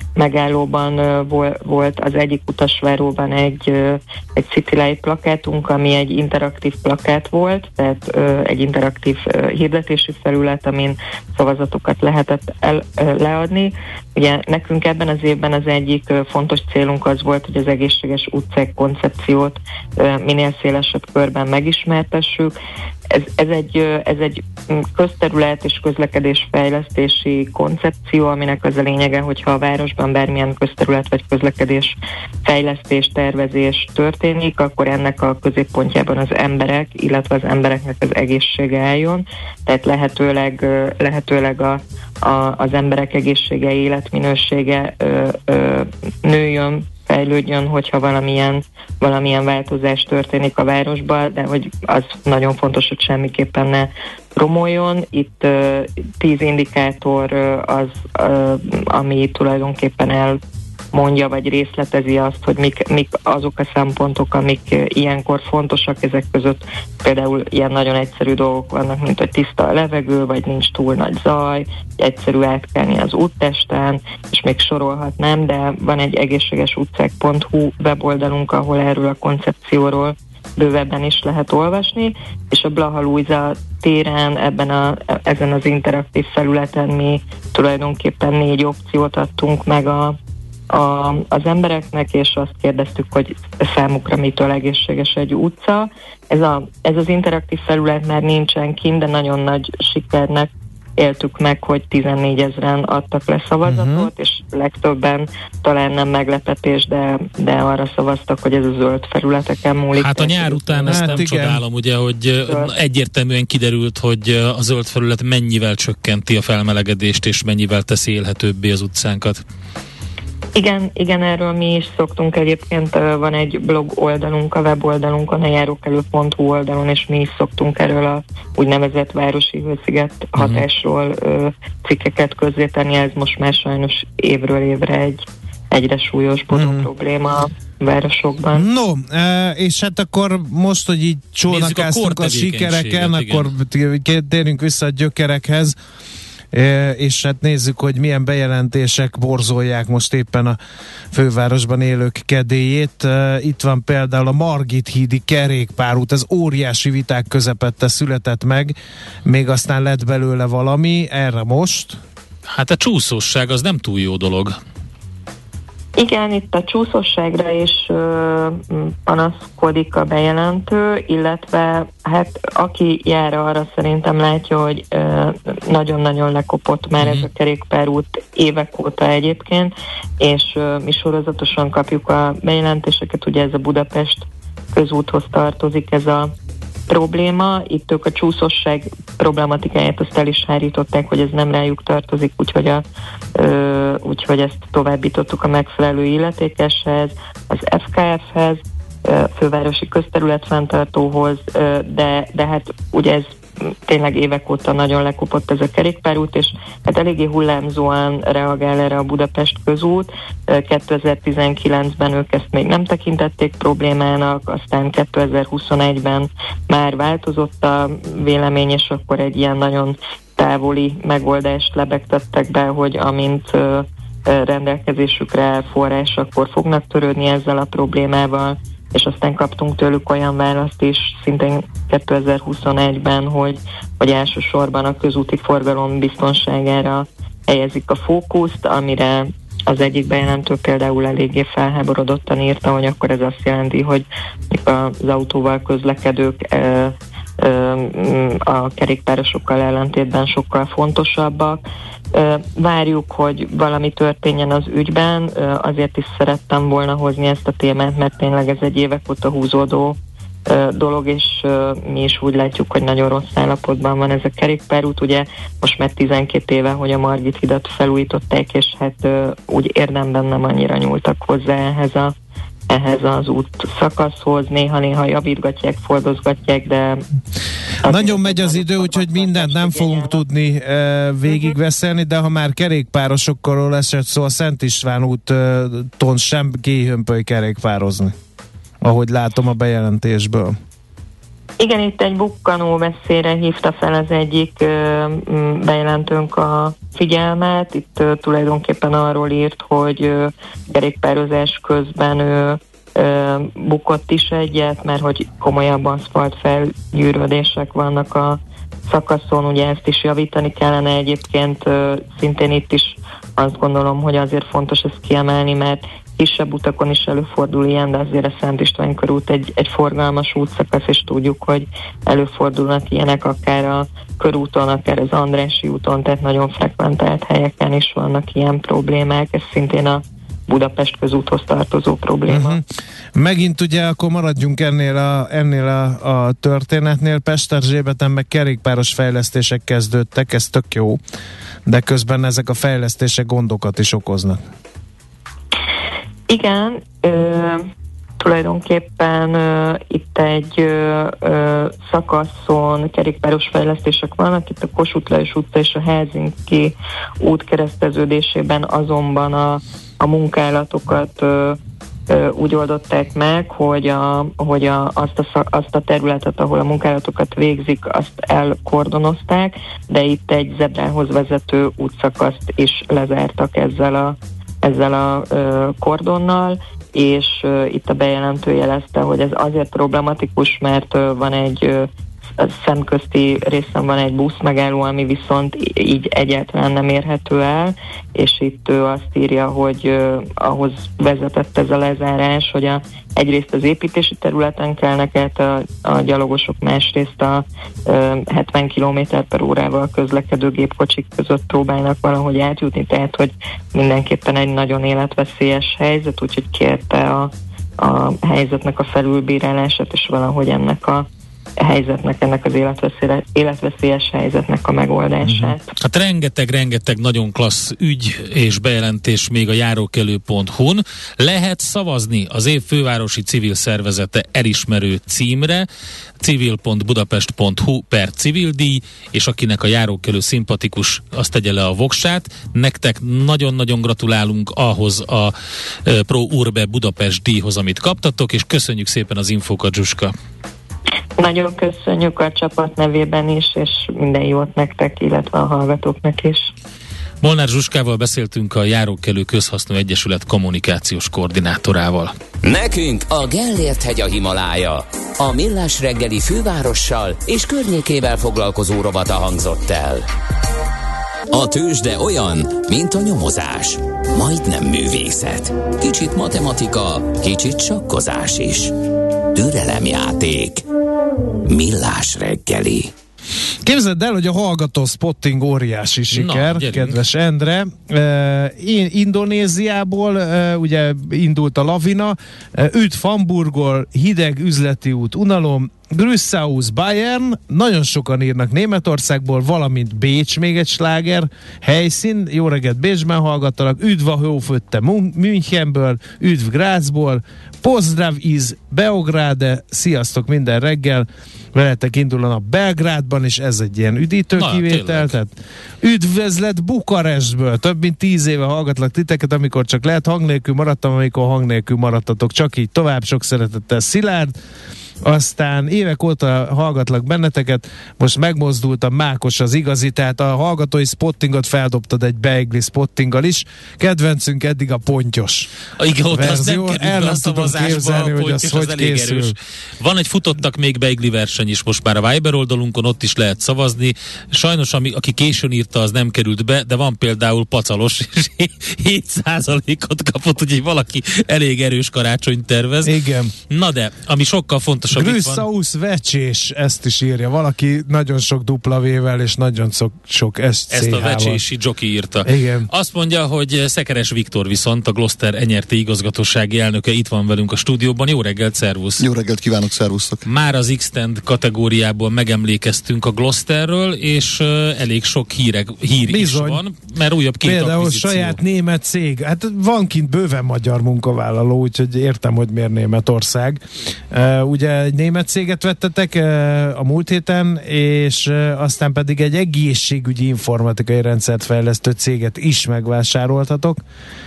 megállóban volt az egyik utasváróban egy, egy City Light plakátunk, ami egy interaktív plakát volt, tehát egy interaktív hirdetési felület, amin szavazatokat lehetett el, leadni. Ugye nekünk ebben az évben az egyik fontos célunk az volt, hogy az egészséges utcák koncepciót minél szélesebb körben megismertessük. Ez, ez, egy, ez egy közterület és közlekedésfejlesztési koncepció, aminek az a lényege, hogyha a városban bármilyen közterület vagy közlekedés fejlesztés, tervezés történik, akkor ennek a középpontjában az emberek, illetve az embereknek az egészsége álljon. Tehát lehetőleg, lehetőleg a, a, az emberek egészsége, életminősége ö, ö, nőjön, fejlődjön, hogyha valamilyan, valamilyen változás történik a városban, de hogy az nagyon fontos, hogy semmiképpen ne romoljon. Itt uh, tíz indikátor uh, az, uh, ami tulajdonképpen elmondja, vagy részletezi azt, hogy mik, mik azok a szempontok, amik uh, ilyenkor fontosak. Ezek között például ilyen nagyon egyszerű dolgok vannak, mint hogy tiszta a levegő, vagy nincs túl nagy zaj, egyszerű átkelni az úttesten, és még sorolhatnám, de van egy egészséges utcák pont hu weboldalunk, ahol erről a koncepcióról bővebben is lehet olvasni, és a Blaha-Lujza téren, ebben a, ezen az interaktív felületen mi tulajdonképpen négy opciót adtunk meg a, a, az embereknek, és azt kérdeztük, hogy számukra mitől egészséges egy utca. Ez, a, ez az interaktív felület már nincsen kint, de nagyon nagy sikernek éltük meg, hogy tizennégyezren adtak le szavazatot, uh-huh. és legtöbben talán nem meglepetés, de, de arra szavaztak, hogy ez a zöld felületeken múlik. Hát a nyár után ezt hát nem igen. csodálom, ugye, hogy zöld. Egyértelműen kiderült, hogy a zöld felület mennyivel csökkenti a felmelegedést, és mennyivel teszi élhetőbbé az utcánkat. Igen, igen, erről mi is szoktunk egyébként, van egy blog oldalunk, a weboldalunk, a járókelő pont hu oldalon, és mi is szoktunk erről a úgynevezett városi hősziget hatásról uh, cikkeket közzétenni, ez most már sajnos évről évre egy egyre súlyosbodó uh-huh. probléma a városokban. No, és hát akkor most, hogy így csónakáztunk a, a sikereken, akkor térjünk vissza a gyökerekhez. és hát nézzük, hogy milyen bejelentések borzolják most éppen a fővárosban élők kedélyét. Itt van például a Margit hídi kerékpárút, ez óriási viták közepette született meg, még aztán lett belőle valami, erre most? Hát a csúszósság az nem túl jó dolog. Igen, itt a csúszóságra is ö, panaszkodik a bejelentő, illetve hát aki jár arra szerintem látja, hogy ö, nagyon-nagyon lekopott már mm. ez a kerékpárút évek óta egyébként, és ö, mi sorozatosan kapjuk a bejelentéseket, ugye ez a Budapest közúthoz tartozik ez a probléma, itt ők a csúszosság problematikáját azt el is hárították, hogy ez nem rájuk tartozik, úgyhogy, a, ö, úgyhogy ezt továbbítottuk a megfelelő illetékeshez, az ef ká ef-hez, fővárosi közterületfenntartóhoz, ö, de, de hát ugye ez tényleg évek óta nagyon lekopott ez a kerékpárút, és hát eléggé hullámzóan reagál erre a Budapest közút. kétezer-tizenkilencben ők ezt még nem tekintették problémának, aztán kétezer-huszonegyben már változott a vélemény, és akkor egy ilyen nagyon távoli megoldást lebegtettek be, hogy amint rendelkezésükre forrás, akkor fognak törődni ezzel a problémával, és aztán kaptunk tőlük olyan választ is szintén kétezer-huszonegyben, hogy, hogy elsősorban a közúti forgalom biztonságára helyezik a fókuszt, amire az egyik bejelentő például eléggé felháborodottan írta, hogy akkor ez azt jelenti, hogy az autóval közlekedők e, e, a kerékpárosokkal ellentétben sokkal fontosabbak. Várjuk, hogy valami történjen az ügyben, azért is szerettem volna hozni ezt a témát, mert tényleg ez egy évek óta húzódó dolog, és mi is úgy látjuk, hogy nagyon rossz állapotban van ez a kerékpárút. Ugye most már tizenkét éve, hogy a Margit hidat felújították, és hát úgy érdemben nem annyira nyúltak hozzá ehhez a ehhez az út szakaszhoz, néha-néha javítgatják, fordozgatják, de... Nagyon megy az idő, úgyhogy mindent nem fogunk tudni e, végigveszelni, de ha már kerékpárosokkal esett szó, a Szent István úton sem kéhömpöly kerékpározni, ahogy látom a bejelentésből. Igen, itt egy bukkanó veszélyre hívta fel az egyik ö, bejelentőnk a figyelmet. Itt ö, tulajdonképpen arról írt, hogy ö, kerékpározás közben ö, ö, bukott is egyet, mert hogy komolyabb aszfalt felgyűrődések vannak a szakaszon, ugye ezt is javítani kellene egyébként. Ö, szintén itt is azt gondolom, hogy azért fontos ezt kiemelni, mert kisebb utakon is előfordul ilyen, de azért a Szent István körút egy, egy forgalmas útszakasz, és tudjuk, hogy előfordulnak ilyenek akár a körúton, akár az Andrássy úton, tehát nagyon frekventált helyeken is vannak ilyen problémák, ez szintén a Budapest közúthoz tartozó probléma. Uh-huh. Megint ugye akkor maradjunk ennél a, ennél a, a történetnél. Pesterzsébeten meg kerékpáros fejlesztések kezdődtek, ez tök jó, de közben ezek a fejlesztések gondokat is okoznak. Igen, ö, tulajdonképpen ö, itt egy ö, ö, szakaszon kerékpáros fejlesztések vannak, itt a Kossuth Lajos utca és a Helsinki út kereszteződésében azonban a, a munkálatokat ö, ö, úgy oldották meg, hogy, a, hogy a, azt, a, azt a területet, ahol a munkálatokat végzik, azt elkordonozták, de itt egy zebrához vezető útszakaszt is lezártak ezzel a ezzel a ö, kordonnal, és ö, itt a bejelentő jelezte, hogy ez azért problematikus, mert ö, van egy ö, szemközti részen van egy busz megálló, ami viszont így egyáltalán nem érhető el, és itt ő azt írja, hogy uh, ahhoz vezetett ez a lezárás, hogy a, egyrészt az építési területen kelnek át a, a gyalogosok, másrészt a uh, hetven kilométer per órával közlekedő gépkocsik között próbálnak valahogy átjutni, tehát hogy mindenképpen egy nagyon életveszélyes helyzet, úgyhogy kérte a, a helyzetnek a felülbírálását, és valahogy ennek a helyzetnek, ennek az életveszélyes, életveszélyes helyzetnek a megoldását. Hát rengeteg-rengeteg nagyon klassz ügy és bejelentés még a járókelő pont hu-n. Lehet szavazni az év fővárosi civil szervezete elismerő címre, civil pont budapest pont hu per civildíj, és akinek a járókelő szimpatikus, azt tegye le a voksát. Nektek nagyon-nagyon gratulálunk ahhoz a Pro Urbe Budapest díjhoz, amit kaptatok, és köszönjük szépen az infókat, Zsuska. Nagyon köszönjük a csapat nevében is, és minden jót nektek, illetve a hallgatóknak is. Molnár Zsuskával beszéltünk, a Járókelő Közhasznú Egyesület kommunikációs koordinátorával. Nekünk a Gellért-hegy a Himalája. A Millás reggeli fővárossal és környékével foglalkozó rovata hangzott el. A tőzsde olyan, mint a nyomozás. Majdnem művészet. Kicsit matematika, kicsit sakkozás is. Türelemjáték. Millás reggeli. Képzeld el, hogy a hallgató spotting óriási siker, na, kedves Endre. Uh, Indonéziából uh, ugye indult a lavina, uh, üdv Hamburgból, hideg üzleti út, unalom, Grüsshaus, Bayern, nagyon sokan írnak Németországból, valamint Bécs, még egy sláger helyszín, jó reggelt Bécsben hallgattalak, üdv a Hófötte Münchenből, üdv Grazból, Pozdrav iz Beograde, sziasztok minden reggel, veletek indul a nap Belgrádban, és ez egy ilyen üdítő na, kivétel, tehát üdvözlet Bukarestből, több mint tíz éve hallgatlak titeket, amikor csak lehet hang nélkül maradtam, amikor hang nélkül maradtatok, csak így tovább, sok szeretettel Szilárd. Aztán évek óta hallgatlak benneteket, most megmozdultam, mákos az igazi, tehát a hallgatói spottingot feldobtad egy beigli spottinggal is. Kedvencünk eddig a pontyos igen, ott verzió. Az nem el tudom képzelni, hogy az, az hogy készül. Erős. Van egy futottak még beigli verseny is most már a Viber oldalunkon, ott is lehet szavazni. Sajnos, ami, aki későn írta, az nem került be, de van például Pacalos, és hét százalékot kapott, úgyhogy valaki elég erős karácsonyt tervez. Igen. Na de, ami sokkal fontosabb, Grüsshaus vecsés, ezt is írja. Valaki nagyon sok dupla vével és nagyon sok, sok es cé hával. Ezt a vecsési Joki írta. Igen. Azt mondja, hogy Szekeres Viktor viszont, a Gloster en er té igazgatósági elnöke itt van velünk a stúdióban. Jó reggelt, szervusz! Jó reggelt kívánok, szervusztok! Már az X-Tend kategóriából megemlékeztünk a Glosterről, és uh, elég sok hírek, hír bizony. Is van, mert újabb két például akvizíció. Saját német cég. Hát van kint bőven magyar munkavállaló, úgyhogy értem, hogy miért Németország. Uh, ugye egy német céget vettetek uh, a múlt héten, és uh, aztán pedig egy egészségügyi informatikai rendszert fejlesztő céget is megvásároltatok.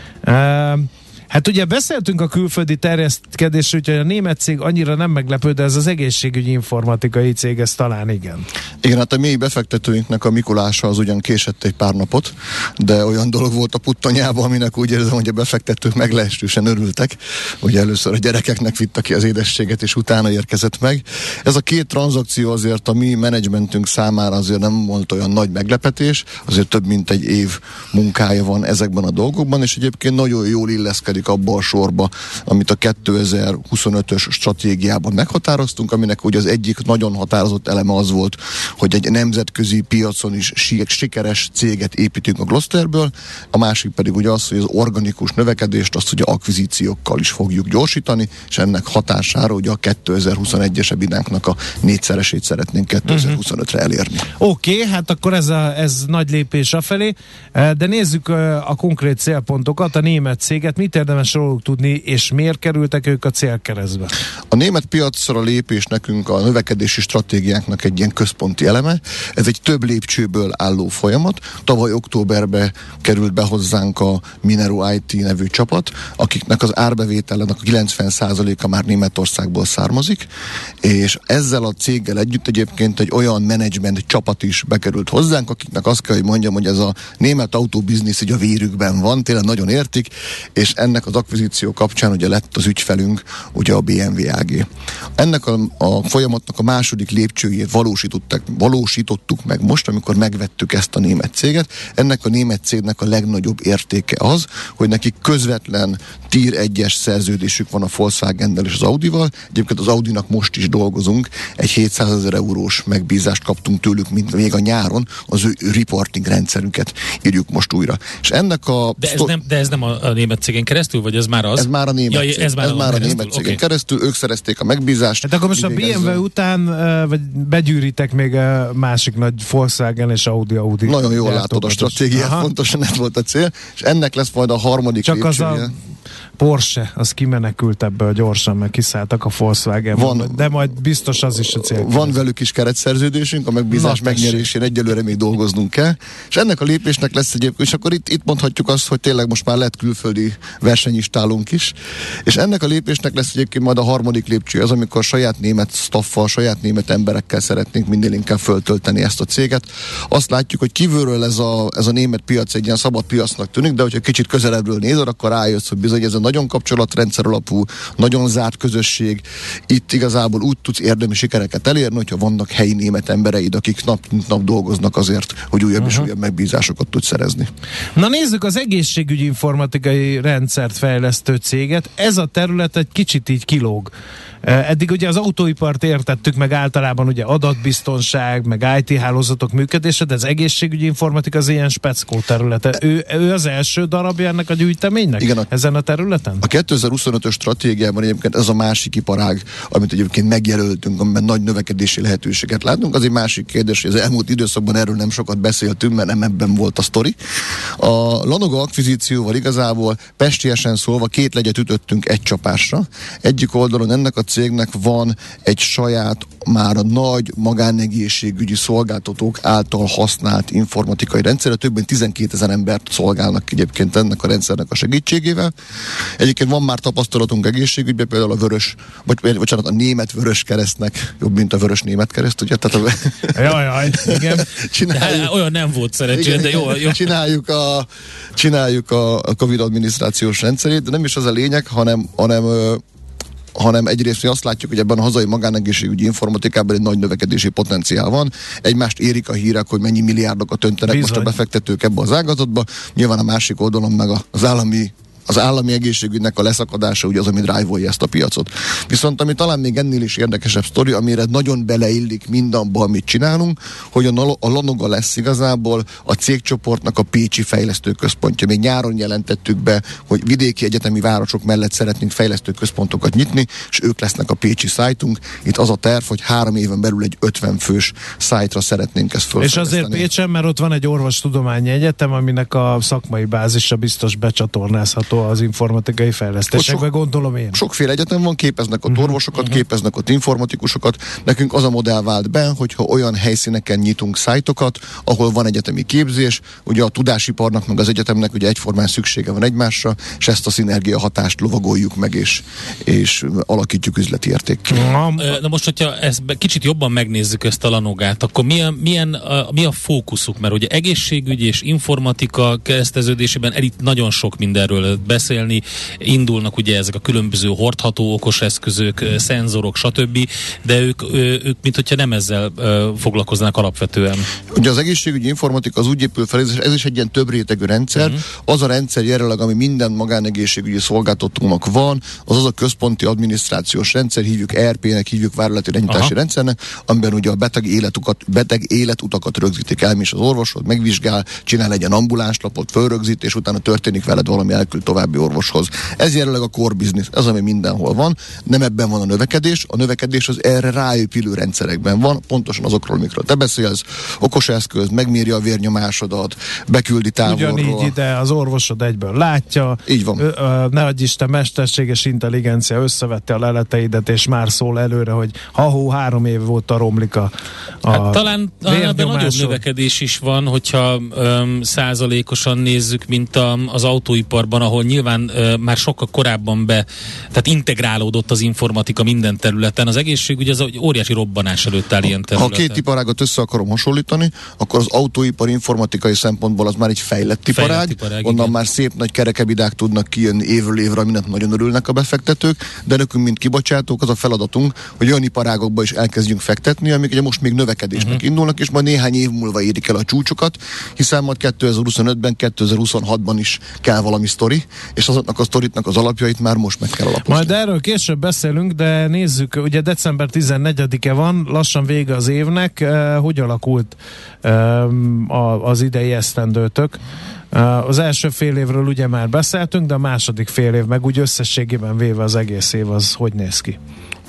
Uh, Hát ugye beszéltünk a külföldi terjeszkedésről, úgyhogy a német cég annyira nem meglepő, de ez az egészségügyi informatikai cég, ez talán igen. Igen, hát a mély befektetőinknek a Mikulása az ugyan késett egy pár napot, de olyan dolog volt a puttanyában, aminek úgy érzem, hogy a befektetők meglehetősen örültek. Ugye először a gyerekeknek vitte ki az édességet, és utána érkezett meg. Ez a két tranzakció azért a mi menedzsmentünk számára azért nem volt olyan nagy meglepetés, azért több mint egy év munkája van ezekben a dolgokban, és egyébként nagyon jól illeszkedik abba a sorba, amit a kétezer-huszonötös stratégiában meghatároztunk, aminek ugye az egyik nagyon határozott eleme az volt, hogy egy nemzetközi piacon is sikeres céget építünk a Glosterből, a másik pedig ugye az, hogy az organikus növekedést azt ugye akvizíciókkal is fogjuk gyorsítani, és ennek hatására ugye a kétezer-huszonegyes ebidánknak a négyszeresét szeretnénk kétezer-huszonötre elérni. Oké, okay, hát akkor ez, a, ez nagy lépés afelé, de nézzük a konkrét célpontokat, a német céget, mit érdemes róluk tudni, és miért kerültek ők a célkeresztbe? A német piacra lépés nekünk a növekedési stratégiánknak egy ilyen központi eleme. Ez egy több lépcsőből álló folyamat. Tavaly októberben került be hozzánk a Minero i té nevű csapat, akiknek az árbevételének a kilencven százaléka már Németországból származik, és ezzel a céggel együtt egyébként egy olyan menedzsment csapat is bekerült hozzánk, akiknek azt kell, hogy mondjam, hogy ez a német autóbiznisz így a vérükben van, tényleg nagyon értik, és ennek az akvizíció kapcsán ugye lett az ügyfelünk, ugye a bé em vé á gé. Ennek a, a folyamatnak a második lépcsőjét valósították, valósítottuk meg most, amikor megvettük ezt a német céget. Ennek a német cégnek a legnagyobb értéke az, hogy nekik közvetlen tier egyes szerződésük van a Volkswagennel és az Audival. Egyébként az Audinak most is dolgozunk, egy hétszázezer eurós megbízást kaptunk tőlük, mint még a nyáron, az ő reporting rendszerünket írjuk most újra. És ennek a... De ez, nem, de ez nem a, a német cégen keresztül, vagy ez már az? Ez már a német, ja, cég. Ez már ez a, már a német cégen okay. keresztül, ők szerezték a megbízást. Hát akkor most a bé em vé után vagy begyűritek még a másik nagy Volkswagen és Audi Audi. Nagyon jól látod a stratégiát, pontosan ez volt a cél, és ennek lesz majd a harmadik csak lépcsője. Az a Porsche, az kimenekült ebből gyorsan, mert kiszálltak a Volkswagen-ban, de majd biztos az is a cél. Van velük is keretszerződésünk, a megbízás megnyerésén egyelőre még dolgoznunk kell, és ennek a lépésnek lesz egyébként, és akkor itt, itt mondhatjuk azt, hogy tényleg most már lett külföldi versenyistálunk is, és ennek a lépésnek lesz egyébként majd a harmadik lépcső, az, amikor saját német staffal, saját német emberekkel szeretnénk minél inkább föltölteni ezt a céget. Azt látjuk, hogy kívülről ez a, ez a német piac egy ilyen szabad piacnak tűnik, de hogyha kicsit közelebbről nézed, akkor rájössz, hogy bizony ez a nagyon kapcsolatrendszer alapú, nagyon zárt közösség. Itt igazából úgy tudsz érdemi sikereket elérni, hogyha vannak helyi német embereid, akik nap mint nap dolgoznak azért, hogy újabb uh-huh. és újabb megbízásokat tudsz szerezni. Na nézzük az egészségügyi informatikai rendszert fejlesztő céget. Ez a terület egy kicsit így kilóg. Eddig ugye az autóipart értettük meg általában ugye adatbiztonság, meg i té hálózatok működése, de az egészségügyi informatika az ilyen speckó területe. Ő, ő az első darabja ennek a gyűjteménynek? Igen, a, ezen a területen? A kétezer-huszonötös stratégiában egyébként ez a másik iparág, amit egyébként megjelöltünk, amiben nagy növekedési lehetőséget látunk. Az egy másik kérdés, hogy az elmúlt időszakban erről nem sokat beszéltünk, mert nem ebben volt a sztori. A Lanoga akvizícióval igazából pestiesen szólva két legyet ütöttünk egy csapásra. Egyik oldalon ennek a cégnek van egy saját, már a nagy magánegészségügyi szolgáltatók által használt informatikai rendszerre, több mint tizenkétezer embert szolgálnak egyébként ennek a rendszernek a segítségével. Egyébként van már tapasztalatunk egészségügyben, például a vörös, vagy bocsánat, a német vörös keresztnek, jobb, mint a vörös német kereszt, ugye? Tehát a... Jaj, jaj, igen. Csináljuk, olyan nem volt szerencsére, de jó, jó. Csináljuk a, csináljuk a Covid adminisztrációs rendszerét, de nem is az a lényeg, hanem, hanem hanem egyrészt, hogy azt látjuk, hogy ebben a hazai magánegészségügyi informatikában egy nagy növekedési potenciál van. Egymást érik a hírek, hogy mennyi milliárdokat öntenek Bizony. most a befektetők ebbe az ágazatba. Nyilván a másik oldalon meg az állami az állami egészségügynek a leszakadása ugye az, ami drive-olja ezt a piacot. Viszont ami talán még ennél is érdekesebb sztori, amire nagyon beleillik mindabba, amit csinálunk, hogy a, a Lanoga lesz igazából a cégcsoportnak a pécsi fejlesztőközpontja. Még nyáron jelentettük be, hogy vidéki egyetemi városok mellett szeretnénk fejlesztőközpontokat nyitni, és ők lesznek a pécsi szájtunk. Itt az a terv, hogy három éven belül egy ötven fős szájtra szeretnénk ezt fölfejleszteni. És azért Pécsen, mert ott van egy orvostudományi egyetem, aminek a szakmai bázisa biztos becsatornázható az informatikai fejlesztésekbe, sok, gondolom én. Sokféle egyetem van, képeznek ott uh-huh, orvosokat, uh-huh. képeznek ott informatikusokat. Nekünk az a modell vált be, hogyha olyan helyszíneken nyitunk szájtokat, ahol van egyetemi képzés, ugye a tudásiparnak meg az egyetemnek ugye egyformán szüksége van egymásra, és ezt a szinergia hatást lovagoljuk meg, és, és alakítjuk üzleti értékkel. Na most, hogyha ezt kicsit jobban megnézzük ezt a Lanogát, akkor milyen, milyen a, mi a fókuszuk? Mert ugye egészségügy és informatika kereszteződésében elit nagyon sok mindenről beszélni, indulnak ugye ezek a különböző hordható okos eszközök, szenzorok, stb., de ők, ők mint hogyha nem ezzel foglalkoznak alapvetően. Ugye az egészségügyi informatika az úgy épül fel, ez is egy ilyen több rétegű rendszer. Uh-huh. Az a rendszer jelenleg, ami minden magánegészségügyi szolgáltatónak van, az az a központi adminisztrációs rendszer, hívjuk é er pé-nek, hívjuk vállalati irányítási rendszernek, amiben ugye a beteg életukat, beteg életutakat rögzítik el, és az orvosod megvizsgál, csinál egy ambulánslapot, fölrögzít, és utána történik veled valami, elküld további orvoshoz. Ez jelenleg a core business, ez ami mindenhol van, nem ebben van a növekedés, a növekedés az erre ráépülő rendszerekben van, pontosan azokról, amikről te beszélsz, okos eszköz, megméri a vérnyomásodat, beküldi távolról. Ugyanígy ide az orvosod egyből látja. Így van. Ö, ö, ne adj Isten, mesterséges intelligencia összevette a leleteidet, és már szól előre, hogy ha-hó, három év óta romlik a, a hát talán ebben nagyobb növekedés is van, hogyha öm, százalékosan nézzük, mint a, az autóiparban, ahol nyilván ö, már sokkal korábban be, tehát integrálódott az informatika minden területen. Az egészségügy az egy óriási robbanás előtt áll ilyen területen. Ha két iparágat össze akarom hasonlítani, akkor az autóipar informatikai szempontból az már egy fejlett iparág, fejlett iparág onnan igen. már szép nagy kerekebidák tudnak kijönni évről évre, aminek nagyon örülnek a befektetők, de nekünk, mint kibocsátók, az a feladatunk, hogy olyan iparágokba is elkezdjünk fektetni, amik ugye most még növekedésnek uh-huh. indulnak, és majd néhány év múlva érik el a csúcsokat, hiszen majd kétezer-huszonötben, kétezer-huszonhatban is kell valami sztori, és azoknak a sztoritnak az alapjait már most meg kell alapozni. Majd erről később beszélünk, de nézzük, ugye december tizennegyedike van, lassan vége az évnek, uh, hogy alakult uh, az idei esztendőtök? Uh, az első fél évről ugye már beszéltünk, de a második fél év meg úgy összességében véve az egész év az hogy néz ki?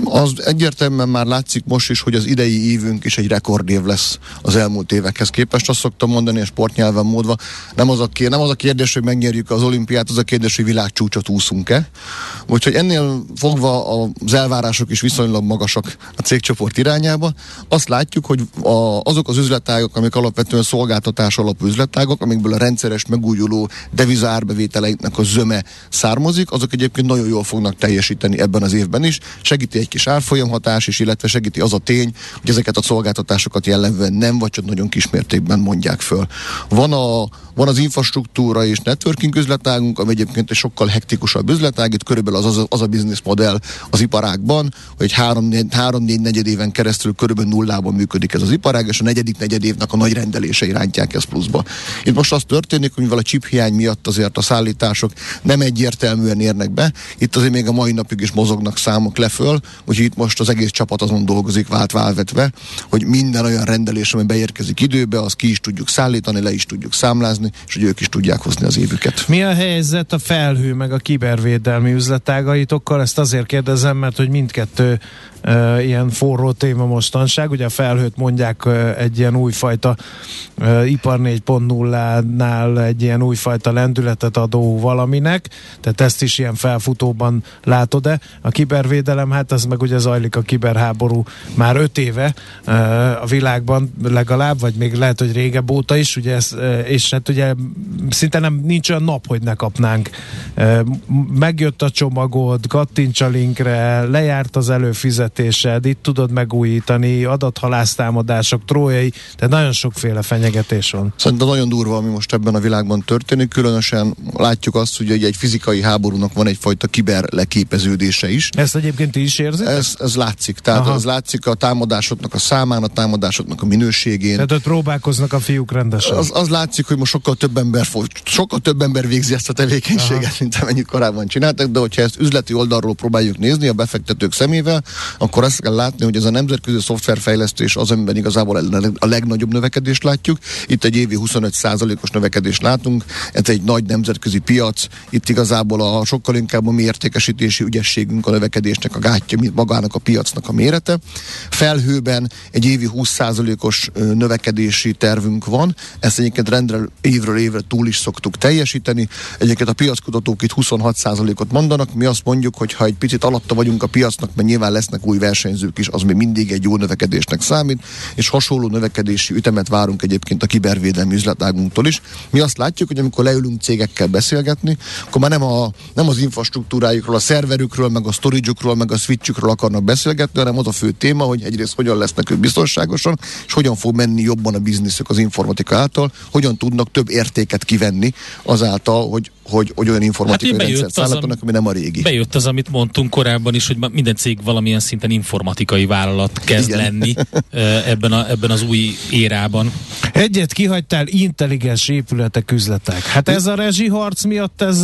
Az egyértelműen már látszik most is, hogy az idei évünk is egy rekordév lesz az elmúlt évekhez képest. Azt szoktam mondani a sportnyelven módva, nem az a, kér, nem az a kérdés, hogy megnyerjük az olimpiát, az a kérdés, hogy világcsúcsot úszunk-e. Úgyhogy ennél fogva az elvárások is viszonylag magasak a cégcsoport irányába. Azt látjuk, hogy a, azok az üzletágok, amik alapvetően szolgáltatás alapú üzletágok, amikből a rendszeres megújuló deviza árbevételeinknek a zöme származik, azok egyébként nagyon jól fognak teljesíteni ebben az évben is. Segíti egy kis árfolyamhatás is, illetve segíti az a tény, hogy ezeket a szolgáltatásokat jellemzően nem, vagy csak nagyon kismértékben mondják föl. Van, a, van az infrastruktúra és networking üzletágunk, ami egyébként egy sokkal hektikusabb üzletág, itt körülbelül az, az, az a bizniszmodell az iparágban, hogy három-négy negyed éven keresztül körülbelül nullában működik ez az iparág, és a negyedik negyed évnek a nagy rendelései rántják ezt pluszba. Itt most az történik, hogy mivel a chip hiány miatt azért a szállítások nem egyértelműen érnek be, itt azért még a mai napig is mozognak számok leföl, úgyhogy itt most az egész csapat azon dolgozik, vált válvetve, hogy minden olyan rendelés, ami beérkezik időbe, azt ki is tudjuk szállítani, le is tudjuk számlázni, és hogy ők is tudják hozni az évüket. Mi a helyzet a felhő meg a kibervédelmi üzletágaitokkal? Ezt azért kérdezem, mert hogy mindkettő Uh, ilyen forró téma mostanság. Ugye a felhőt mondják uh, egy ilyen újfajta uh, ipar négy pont nullánál egy ilyen újfajta lendületet adó valaminek, tehát ezt is ilyen felfutóban látod-e? A kibervédelem, hát ez meg ugye zajlik a kiberháború már öt éve uh, a világban legalább, vagy még lehet, hogy régebb óta is, ugye ez, uh, és hát ugye szinte nem, nincs olyan nap, hogy ne kapnánk. Uh, megjött a csomagod, kattints a linkre, lejárt az előfizetés, itt tudod megújítani, adathalásztámadások, trójai, tehát nagyon sokféle fenyegetés van. Szerintem nagyon durva, ami most ebben a világban történik, különösen látjuk azt, hogy egy fizikai háborúnak van egyfajta kiber leképeződése is. Ezt egyébként ti is érzitek? Ez, ez látszik, tehát Aha. ez látszik a támadásoknak a számán, a támadásoknak a minőségén. Tehát ott próbálkoznak a fiúk rendesen. Az, az látszik, hogy most sokkal több ember sokkal több ember végzi ezt a tevékenységet, Aha. mint amennyit korábban csináltak, de hogyha ezt üzleti oldalról próbáljuk nézni a befektetők szemével, akkor azt kell látni, hogy ez a nemzetközi szoftverfejlesztés az, amiben igazából a legnagyobb növekedést látjuk. Itt egy évi huszonöt százalékos növekedést látunk, ez egy nagy nemzetközi piac, itt igazából a sokkal inkább a mi értékesítési ügyességünk a növekedésnek a gátja, mint magának a piacnak a mérete. Felhőben egy évi húsz százalékos növekedési tervünk van, ezt egyébként rendre évről évre túl is szoktuk teljesíteni. Egyébként a piackutatók itt huszonhat százalékot mondanak, mi azt mondjuk, hogy ha egy picit alatta vagyunk a piacnak, mert nyilván lesznek új versenyzők is, az még mindig egy jó növekedésnek számít, és hasonló növekedési ütemet várunk egyébként a kibervédelmi üzletágunktól is. Mi azt látjuk, hogy amikor leülünk cégekkel beszélgetni, akkor már nem, a, nem az infrastruktúrájukról, a szerverükről, meg a storage-ukról, meg a switchükről akarnak beszélgetni, hanem az a fő téma, hogy egyrészt hogyan lesznek ők biztonságosan, és hogyan fog menni jobban a bizniszük az informatika által, hogyan tudnak több értéket kivenni azáltal, hogy, hogy, hogy olyan informatikai hát rendszert szállítanak, ami nem a régi. Bejött az, amit mondtunk korábban is, hogy minden cég valamilyen szinten informatikai vállalat kezd Igen. lenni ebben, a, ebben az új érában. Egyet kihagytál, intelligens épületek, üzletek. Hát ez a rezsiharc miatt ez,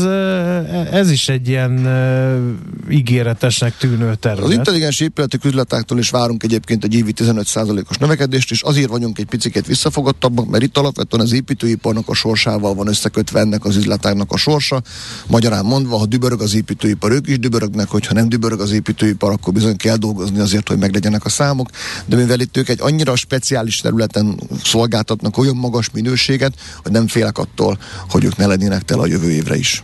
ez is egy ilyen uh, ígéretesnek tűnő terület. Az intelligens épületek, üzletektől is várunk egyébként egy évi tizenöt százalékos növekedést, és azért vagyunk egy picit visszafogottabbak, mert itt alapvetően az építőiparnak a sorsával van összekötve ennek az üzletágnak a sorsa. Magyarán mondva, ha dübörög az építőipar, ők is dübörögnek, hogyha nem dübörög az építőipar, akkor bizony kell dolgozni azért, hogy meglegyenek a számok, de mivel itt ők egy annyira speciális területen szolgáltatnak olyan magas minőséget, hogy nem félek attól, hogy ők ne lennének tele a jövő évre is.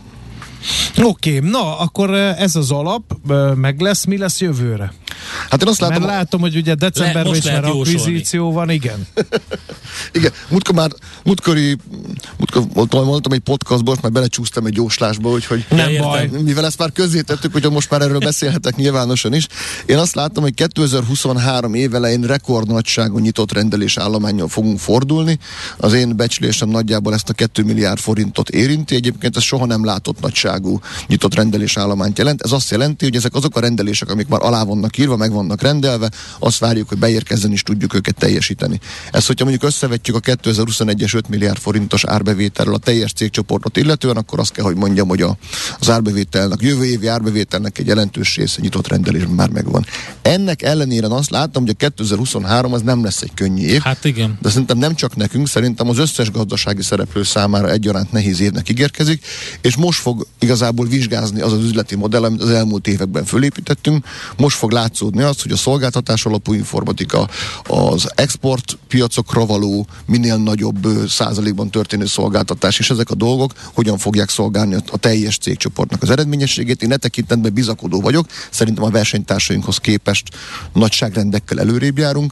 Oké, okay, na, akkor ez az alap meg lesz, mi lesz jövőre? Hát én azt látom... Mert látom, hogy ugye decemberben Le, is már akvizíció van, igen. Igen, múltkor már, múltkori, múltkor mondtam egy podcastból, már belecsúsztam egy jóslásba, úgyhogy nem baj. Mivel ezt már közzétettük, hogy most már erről beszélhetek nyilvánosan is. Én azt látom, hogy kétezer-huszonhárom év elején rekordnagyságú nyitott rendelés állománnyal fogunk fordulni. Az én becslésem nagyjából ezt a két milliárd forintot érinti. Egyébként ez soha nem látott nagyságú nyitott rendelés állományt jelent. Ez azt jelenti, hogy ezek azok a rendelések, amik már alá vannak írva, meg vannak rendelve, azt várjuk, hogy beérkezzen is tudjuk őket teljesíteni. Ezt, hogyha mondjuk összevetjük a kétezer-huszonegyes öt milliárd forintos árbevételről a teljes cégcsoportot illetően, akkor azt kell, hogy mondjam, hogy a, az az árbevételnek, jövő évi árbevételnek egy jelentős része nyitott rendelésben már megvan. Ennek ellenére azt látom, hogy a kétezer-huszonhárom az nem lesz egy könnyű év. Hát igen. De szerintem nem csak nekünk, szerintem az összes gazdasági szereplő számára egyaránt nehéz évnek ígérkezik, és most fog igazából vizsgázni az az üzleti modell, amit az elmúlt években fölépítettünk. Most fog látszódni az, hogy a szolgáltatás alapú informatika, az export piacokra való minél nagyobb százalékban történő szolgáltatás, és ezek a dolgok hogyan fogják szolgálni a teljes cégcsoportnak az eredményességét. Én e tekintetben bizakodó vagyok, szerintem a versenytársainkhoz képest nagyságrendekkel előrébb járunk.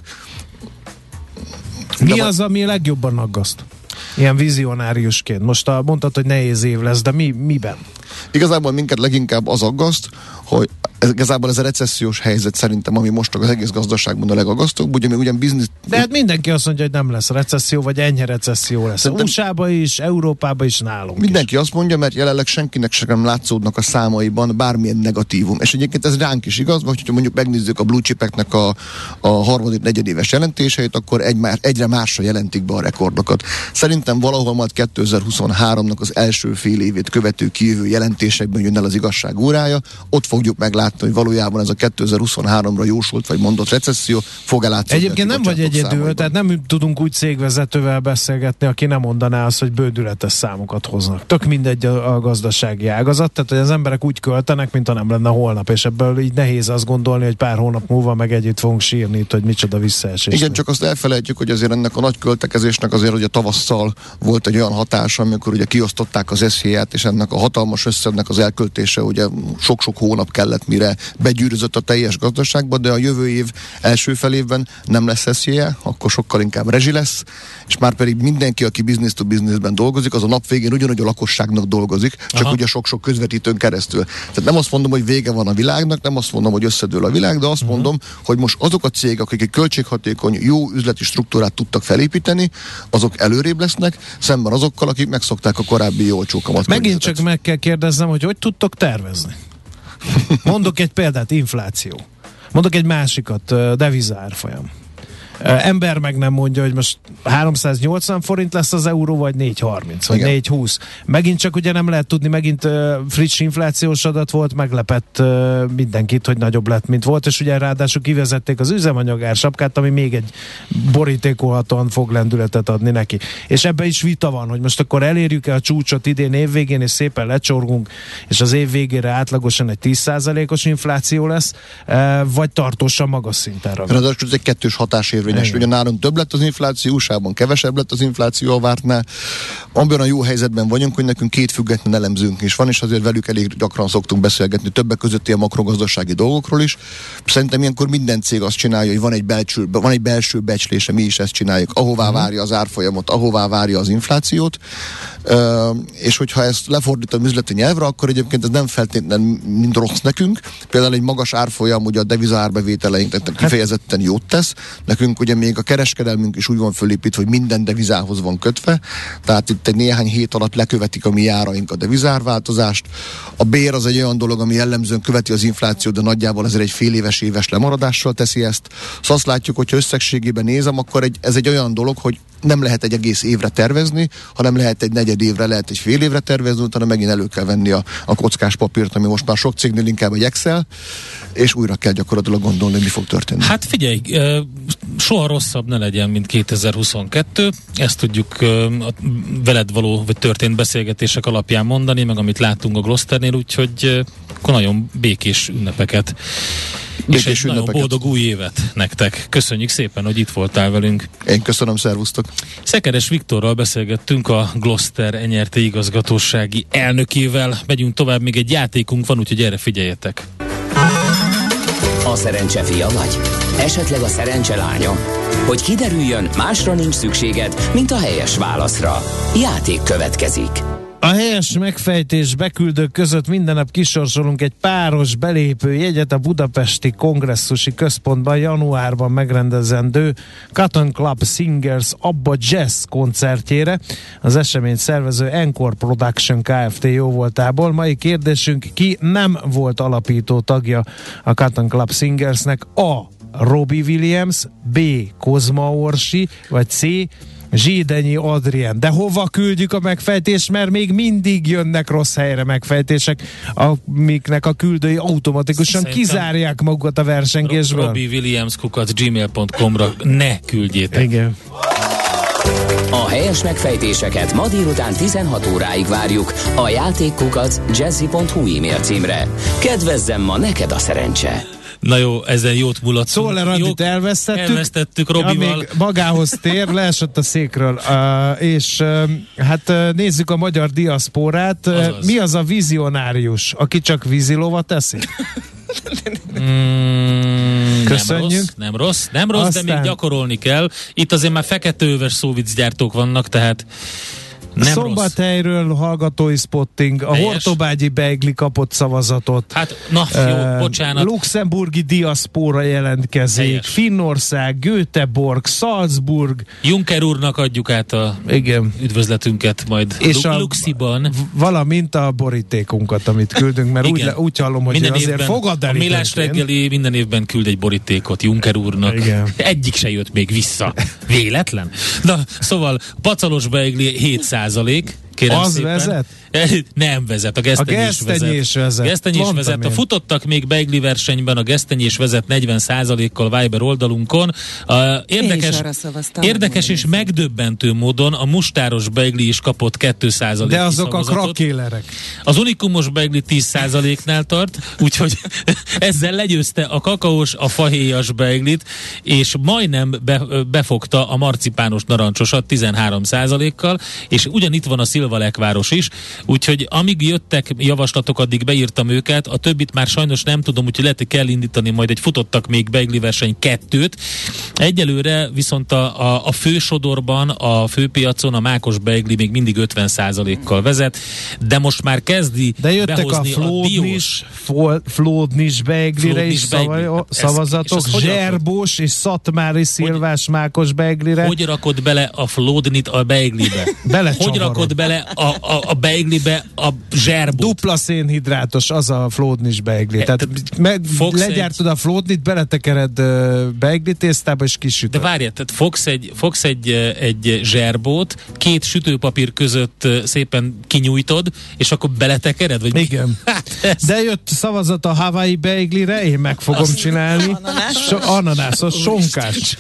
Mi az, ami legjobban aggaszt? Ilyen vizionáriusként. Most a, mondtad, hogy nehéz év lesz, de mi, miben? Igazából minket leginkább az aggaszt, hogy ez, igazából ez a recessziós helyzet szerintem, ami most az egész gazdaságban a legagasztóbb, ugye mi ugyan biznisz... De hát mindenki azt mondja, hogy nem lesz recesszió, vagy enyhe recesszió lesz. U S A-ba is, Európában is, nálunk Mindenki is. azt mondja, mert jelenleg senkinek sem látszódnak a számaiban bármilyen negatívum. És egyébként ez ránk is igaz, vagy hogyha mondjuk megnézzük a blue chipeknek a, a harmadik, negyedéves jelentéseit, akkor egy, egyre másra jelentik be a rekordokat. Szerintem valahol majd kétezer-huszonháromnak az első fél évét követő kijövő jelentésekben jön el az igazság órája, ott fogjuk meglátni, hogy valójában ez a kétezer-huszonháromra jósolt vagy mondott recesszió fog elátszódni. Egyébként nem vagy egyedül, számaiban. Tehát nem tudunk úgy cégvezetővel beszélgetni, aki nem mondaná azt, hogy bődületes számokat hoznak. Tök mindegy a, a gazdasági ágazat, tehát hogy az emberek úgy költenek, mint ha nem lenne holnap, és ebből így nehéz azt gondolni, hogy pár hónap múlva meg együtt fogunk sírni itt, hogy micsoda visszaesés. Igen, csak azt elfelejtjük, hogy azért ennek a nagy költekezésnek azért, hogy a tavasszal volt egy olyan hatása, amikor ugye kiosztották az eszélyát, és ennek a hatalmas összegnek az elköltése ugye sok-sok hónap kellett, mire begyűrözött a teljes gazdaságba, de a jövő év első felében nem lesz eszélye, akkor sokkal inkább rezsi lesz, és már pedig mindenki, aki business to businessben dolgozik, az a nap végén ugyanúgy a lakosságnak dolgozik, csak Aha. ugye sok-sok közvetítőn keresztül. Tehát nem azt mondom, hogy vége van a világnak, nem azt mondom, hogy összedől a világ, de azt uh-huh. mondom, hogy most azok a cégek, akik egy költséghatékony, jó üzleti struktúrát tudtak felépíteni, azok előrébb lesznek, szemben azokkal, akik megszokták a korábbi jó olcsó kamat. Megint csak meg kell kérdeznem, hogy hogy tudtok tervezni? Mondok egy példát, infláció. Mondok egy másikat, devizárfolyam. Ember meg nem mondja, hogy most háromszáznyolcvan forint lesz az euró, vagy négyszázharminc, vagy négyszázhúsz. Megint csak ugye nem lehet tudni, megint uh, friss inflációs adat volt, meglepett uh, mindenkit, hogy nagyobb lett, mint volt, és ugye ráadásul kivezették az üzemanyagársapkát, ami még egy borítékolhatóan fog lendületet adni neki. És ebbe is vita van, hogy most akkor elérjük-e a csúcsot idén évvégén, és szépen lecsorgunk, és az év végére átlagosan egy tíz százalékos infláció lesz, uh, vagy tartósan magas szinten ragad. Ráadásul ez egy kettős hatásérvény. Ugye nálunk több lett az infláció, u es á-ban kevesebb lett az infláció a vártnál. Abban a jó helyzetben vagyunk, hogy nekünk két független elemzőnk is van, és azért velük elég gyakran szoktunk beszélgetni többek között ilyen makrogazdasági dolgokról is. Szerintem ilyenkor minden cég azt csinálja, hogy van egy, belcső, van egy belső becslése, mi is ezt csináljuk, ahová uh-huh. várja az árfolyamot, ahová várja az inflációt, uh, és hogyha ezt lefordítom üzleti nyelvre, akkor egyébként ez nem feltétlenül mind rossz nekünk. Például egy magas árfolyam, ugye a deviza árbevételeinknek kifejezetten jót tesz. Nekünk ugye még a kereskedelmünk is úgy van fölépítve, hogy minden devizához van kötve, tehát itt egy néhány hét alatt lekövetik a mi járaink a devizárváltozást. A bér az egy olyan dolog, ami jellemzően követi az inflációt, de nagyjából azért egy fél éves éves lemaradással teszi ezt. Szóval azt látjuk, hogyha összegségében nézem, akkor egy, ez egy olyan dolog, hogy nem lehet egy egész évre tervezni, hanem lehet egy negyed évre, lehet egy fél évre tervezni, utána megint elő kell venni a, a kockás papírt, ami most már sok cégnél inkább egy Excel, és újra kell gyakorlatilag gondolni, mi fog történni. Hát figyelj, soha rosszabb ne legyen, mint kétezer-huszonkettő. Ezt tudjuk a veled való, vagy történt beszélgetések alapján mondani, meg amit láttunk a Glosternél, úgyhogy akkor nagyon békés ünnepeket. Békés és egy ünnepeket. Nagyon boldog új évet nektek. Köszönjük szépen, hogy itt voltál velünk. Én köszönöm, szervusztok. Szekeres Viktorral beszélgettünk, a Gloster en er té igazgatósági elnökével. Megyünk tovább, még egy játékunk van, úgyhogy erre figyeljetek. A szerencse fia vagy? Esetleg a szerencse lánya? Hogy kiderüljön, másra nincs szükséged, mint a helyes válaszra. Játék következik. A helyes megfejtés beküldők között minden nap kisorsolunk egy páros belépő jegyet a Budapesti Kongresszusi Központban januárban megrendezendő Cotton Club Singers Abba Jazz koncertjére. Az esemény szervező Encore Production Kft. Jóvoltából. Mai kérdésünk: ki nem volt alapító tagja a Cotton Club Singersnek? A. Robbie Williams, B. Kozma Orsi, vagy C. Zsídenyi Adrien. De hova küldjük a megfejtést, mert még mindig jönnek rossz helyre megfejtések, amiknek a küldői automatikusan Szerintem kizárják magukat a versengésből. Robbie Williams kukac gmail pont com-ra ne küldjétek. Igen. A helyes megfejtéseket ma délután tizenhat óráig várjuk a játékkukac jazzy pont hu e-mail címre. Kedvezzem ma neked a szerencse! Na jó, ezen jót mulatszunk. Szóval Randit elvesztettük. Elvesztettük Robival. Amíg magához tér, leesett a székről. Uh, és uh, hát uh, nézzük a magyar diaszpórát. Uh, mi az a vizionárius, aki csak vízilóvat teszi? Mm, Köszönjük. Nem rossz, nem rossz, nem rossz Aztán... de még gyakorolni kell. Itt azért már feketeöves szóviccgyártók vannak, tehát nem Szombathelyről rossz. Hallgatói spotting, a Hortobágyi Beigli kapott szavazatot. Hát, na jó, uh, bocsánat. Luxemburgi diaszpóra jelentkezik, helyes. Finnország, Göteborg, Salzburg. Juncker úrnak adjuk át a Igen. üdvözletünket majd és Lu- Luxiban. V- valamint a borítékunkat, amit küldünk, mert úgy, úgy hallom, hogy minden azért fogad el. A Millás reggeli minden évben küld egy borítékot Juncker úrnak. Igen. Egyik se jött még vissza. Véletlen? Na, szóval Pacalos Beigli hétszáz százalék, kérem az szépen. Vezet? Nem vezet, a gesztenyés, a gesztenyés vezet. vezet. Gesztenyés vezet. A futottak még Beigli versenyben, a gesztenyés vezet negyven százalékkal Viber oldalunkon. A érdekes érdekes és megdöbbentő módon a mustáros Beigli is kapott két százalék. De azok a krakélerek. Az unikumos Beigli tíz százaléknál tart, úgyhogy ezzel legyőzte a kakaós, a fahéjas Beiglit, és majdnem be, befogta a marcipános narancsosat tizenhárom százalékkal, és ugyanitt van a Szilvalekváros is, úgyhogy amíg jöttek javaslatok, addig beírtam őket, a többit már sajnos nem tudom, úgyhogy lehet, hogy kell indítani majd egy futottak még Beigli verseny kettőt. Egyelőre viszont a, a, a fősodorban, a főpiacon a mákos Beigli még mindig ötven százalékkal vezet, de most már kezdi de jöttek behozni a Flódnis, a Flódnis Beiglire is szava, szavazatok, ez, Zserbós és Szatmári Szilvás mákos Beiglire. Hogy rakod bele a Flódnit a Beiglibe? Hogy rakod bele a, a, a Beiglibe a zserbót? Dupla szénhidrátos, az a Flódnis Beigli. E, Tehát meg, legyártod egy... a Flódnit, beletekered uh, Beigli tésztába és kisütöd. De várjál, tehát fogsz egy, fogsz egy, egy zserbót, két sütőpapír között szépen kinyújtod, és akkor beletekered? Vagy igen. Hát de jött szavazat a Hawaii Beiglire, én meg fogom azt csinálni. Ananászos? So, ananászos, sonkás.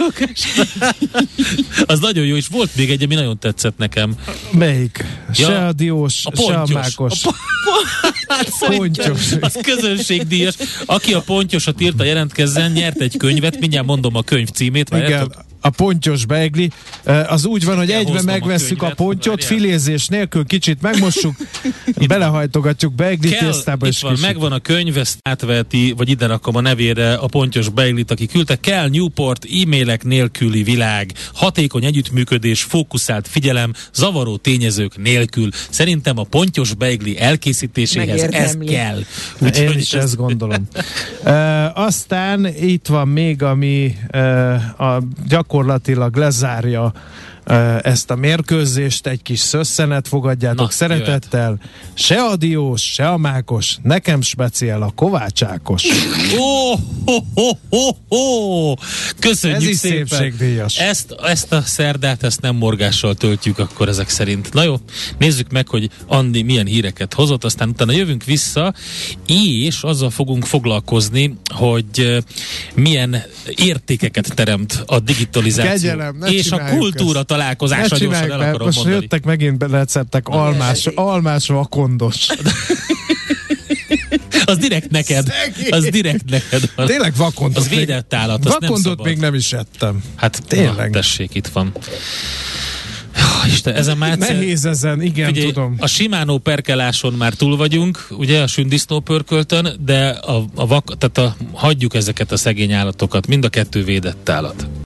Az nagyon jó, és volt még egy, ami nagyon tetszett nekem. Melyik? Ja, se a diós, a se a mákos. A po- pontyos. Az közönségdíjas. Aki a pontyosat írta, jelentkezzen, nyert egy könyvet, mindjárt mondom a könyv címét. Igen, a pontyos Beigli. Az úgy van, hogy igen, egyben megvesszük a, a pontyot, filézés nélkül kicsit megmossuk, belehajtogatjuk Beigli tésztába és van, megvan a könyv, ezt átveheti, vagy ide rakom a nevére a pontyos Beiglit, aki küldte. Kell Newport, e-mailek nélküli világ, hatékony együttműködés, fókuszált figyelem, zavaró tényezők nélkül. Szerintem a pontyos Beigli elkészítéséhez ez kell. Úgy, én is ezt gondolom. uh, aztán itt van még, ami uh, a gyakorlatilag lezárja uh, ezt a mérkőzést, egy kis szösszenet, fogadjátok na, szeretettel. Jöhet. Se a diós, se a mákos, nekem speciál a Kovács Ákos. Oh, oh, oh, oh, oh. Köszönjük ez szépen. Szépségdíjas. Ezt, ezt a szerdát, ezt nem morgással töltjük akkor ezek szerint. Na jó, nézzük meg, hogy Andi milyen híreket hozott, aztán utána jövünk vissza, és azzal fogunk foglalkozni, hogy milyen értékeket teremt a digitalizáció. Kegyelem, és a kultúra ezt. Találkozása gyorsan el akarom most mondani. Jöttek megint receptek, almás, almás vakondos. Az direkt neked. Szegény. Az direkt neked. Az, tényleg vakondos. Az védett állat. Vakondot nem még nem is ettem. Hát tényleg. Na, tessék, itt van. Isten, ezen már egyszer, nehéz ezen, igen, ugye, tudom. A Shimano perkeláson már túl vagyunk, ugye, a sündisznó pörköltön, de a, a vak, tehát a, hagyjuk ezeket a szegény állatokat, mind a kettő védett állat.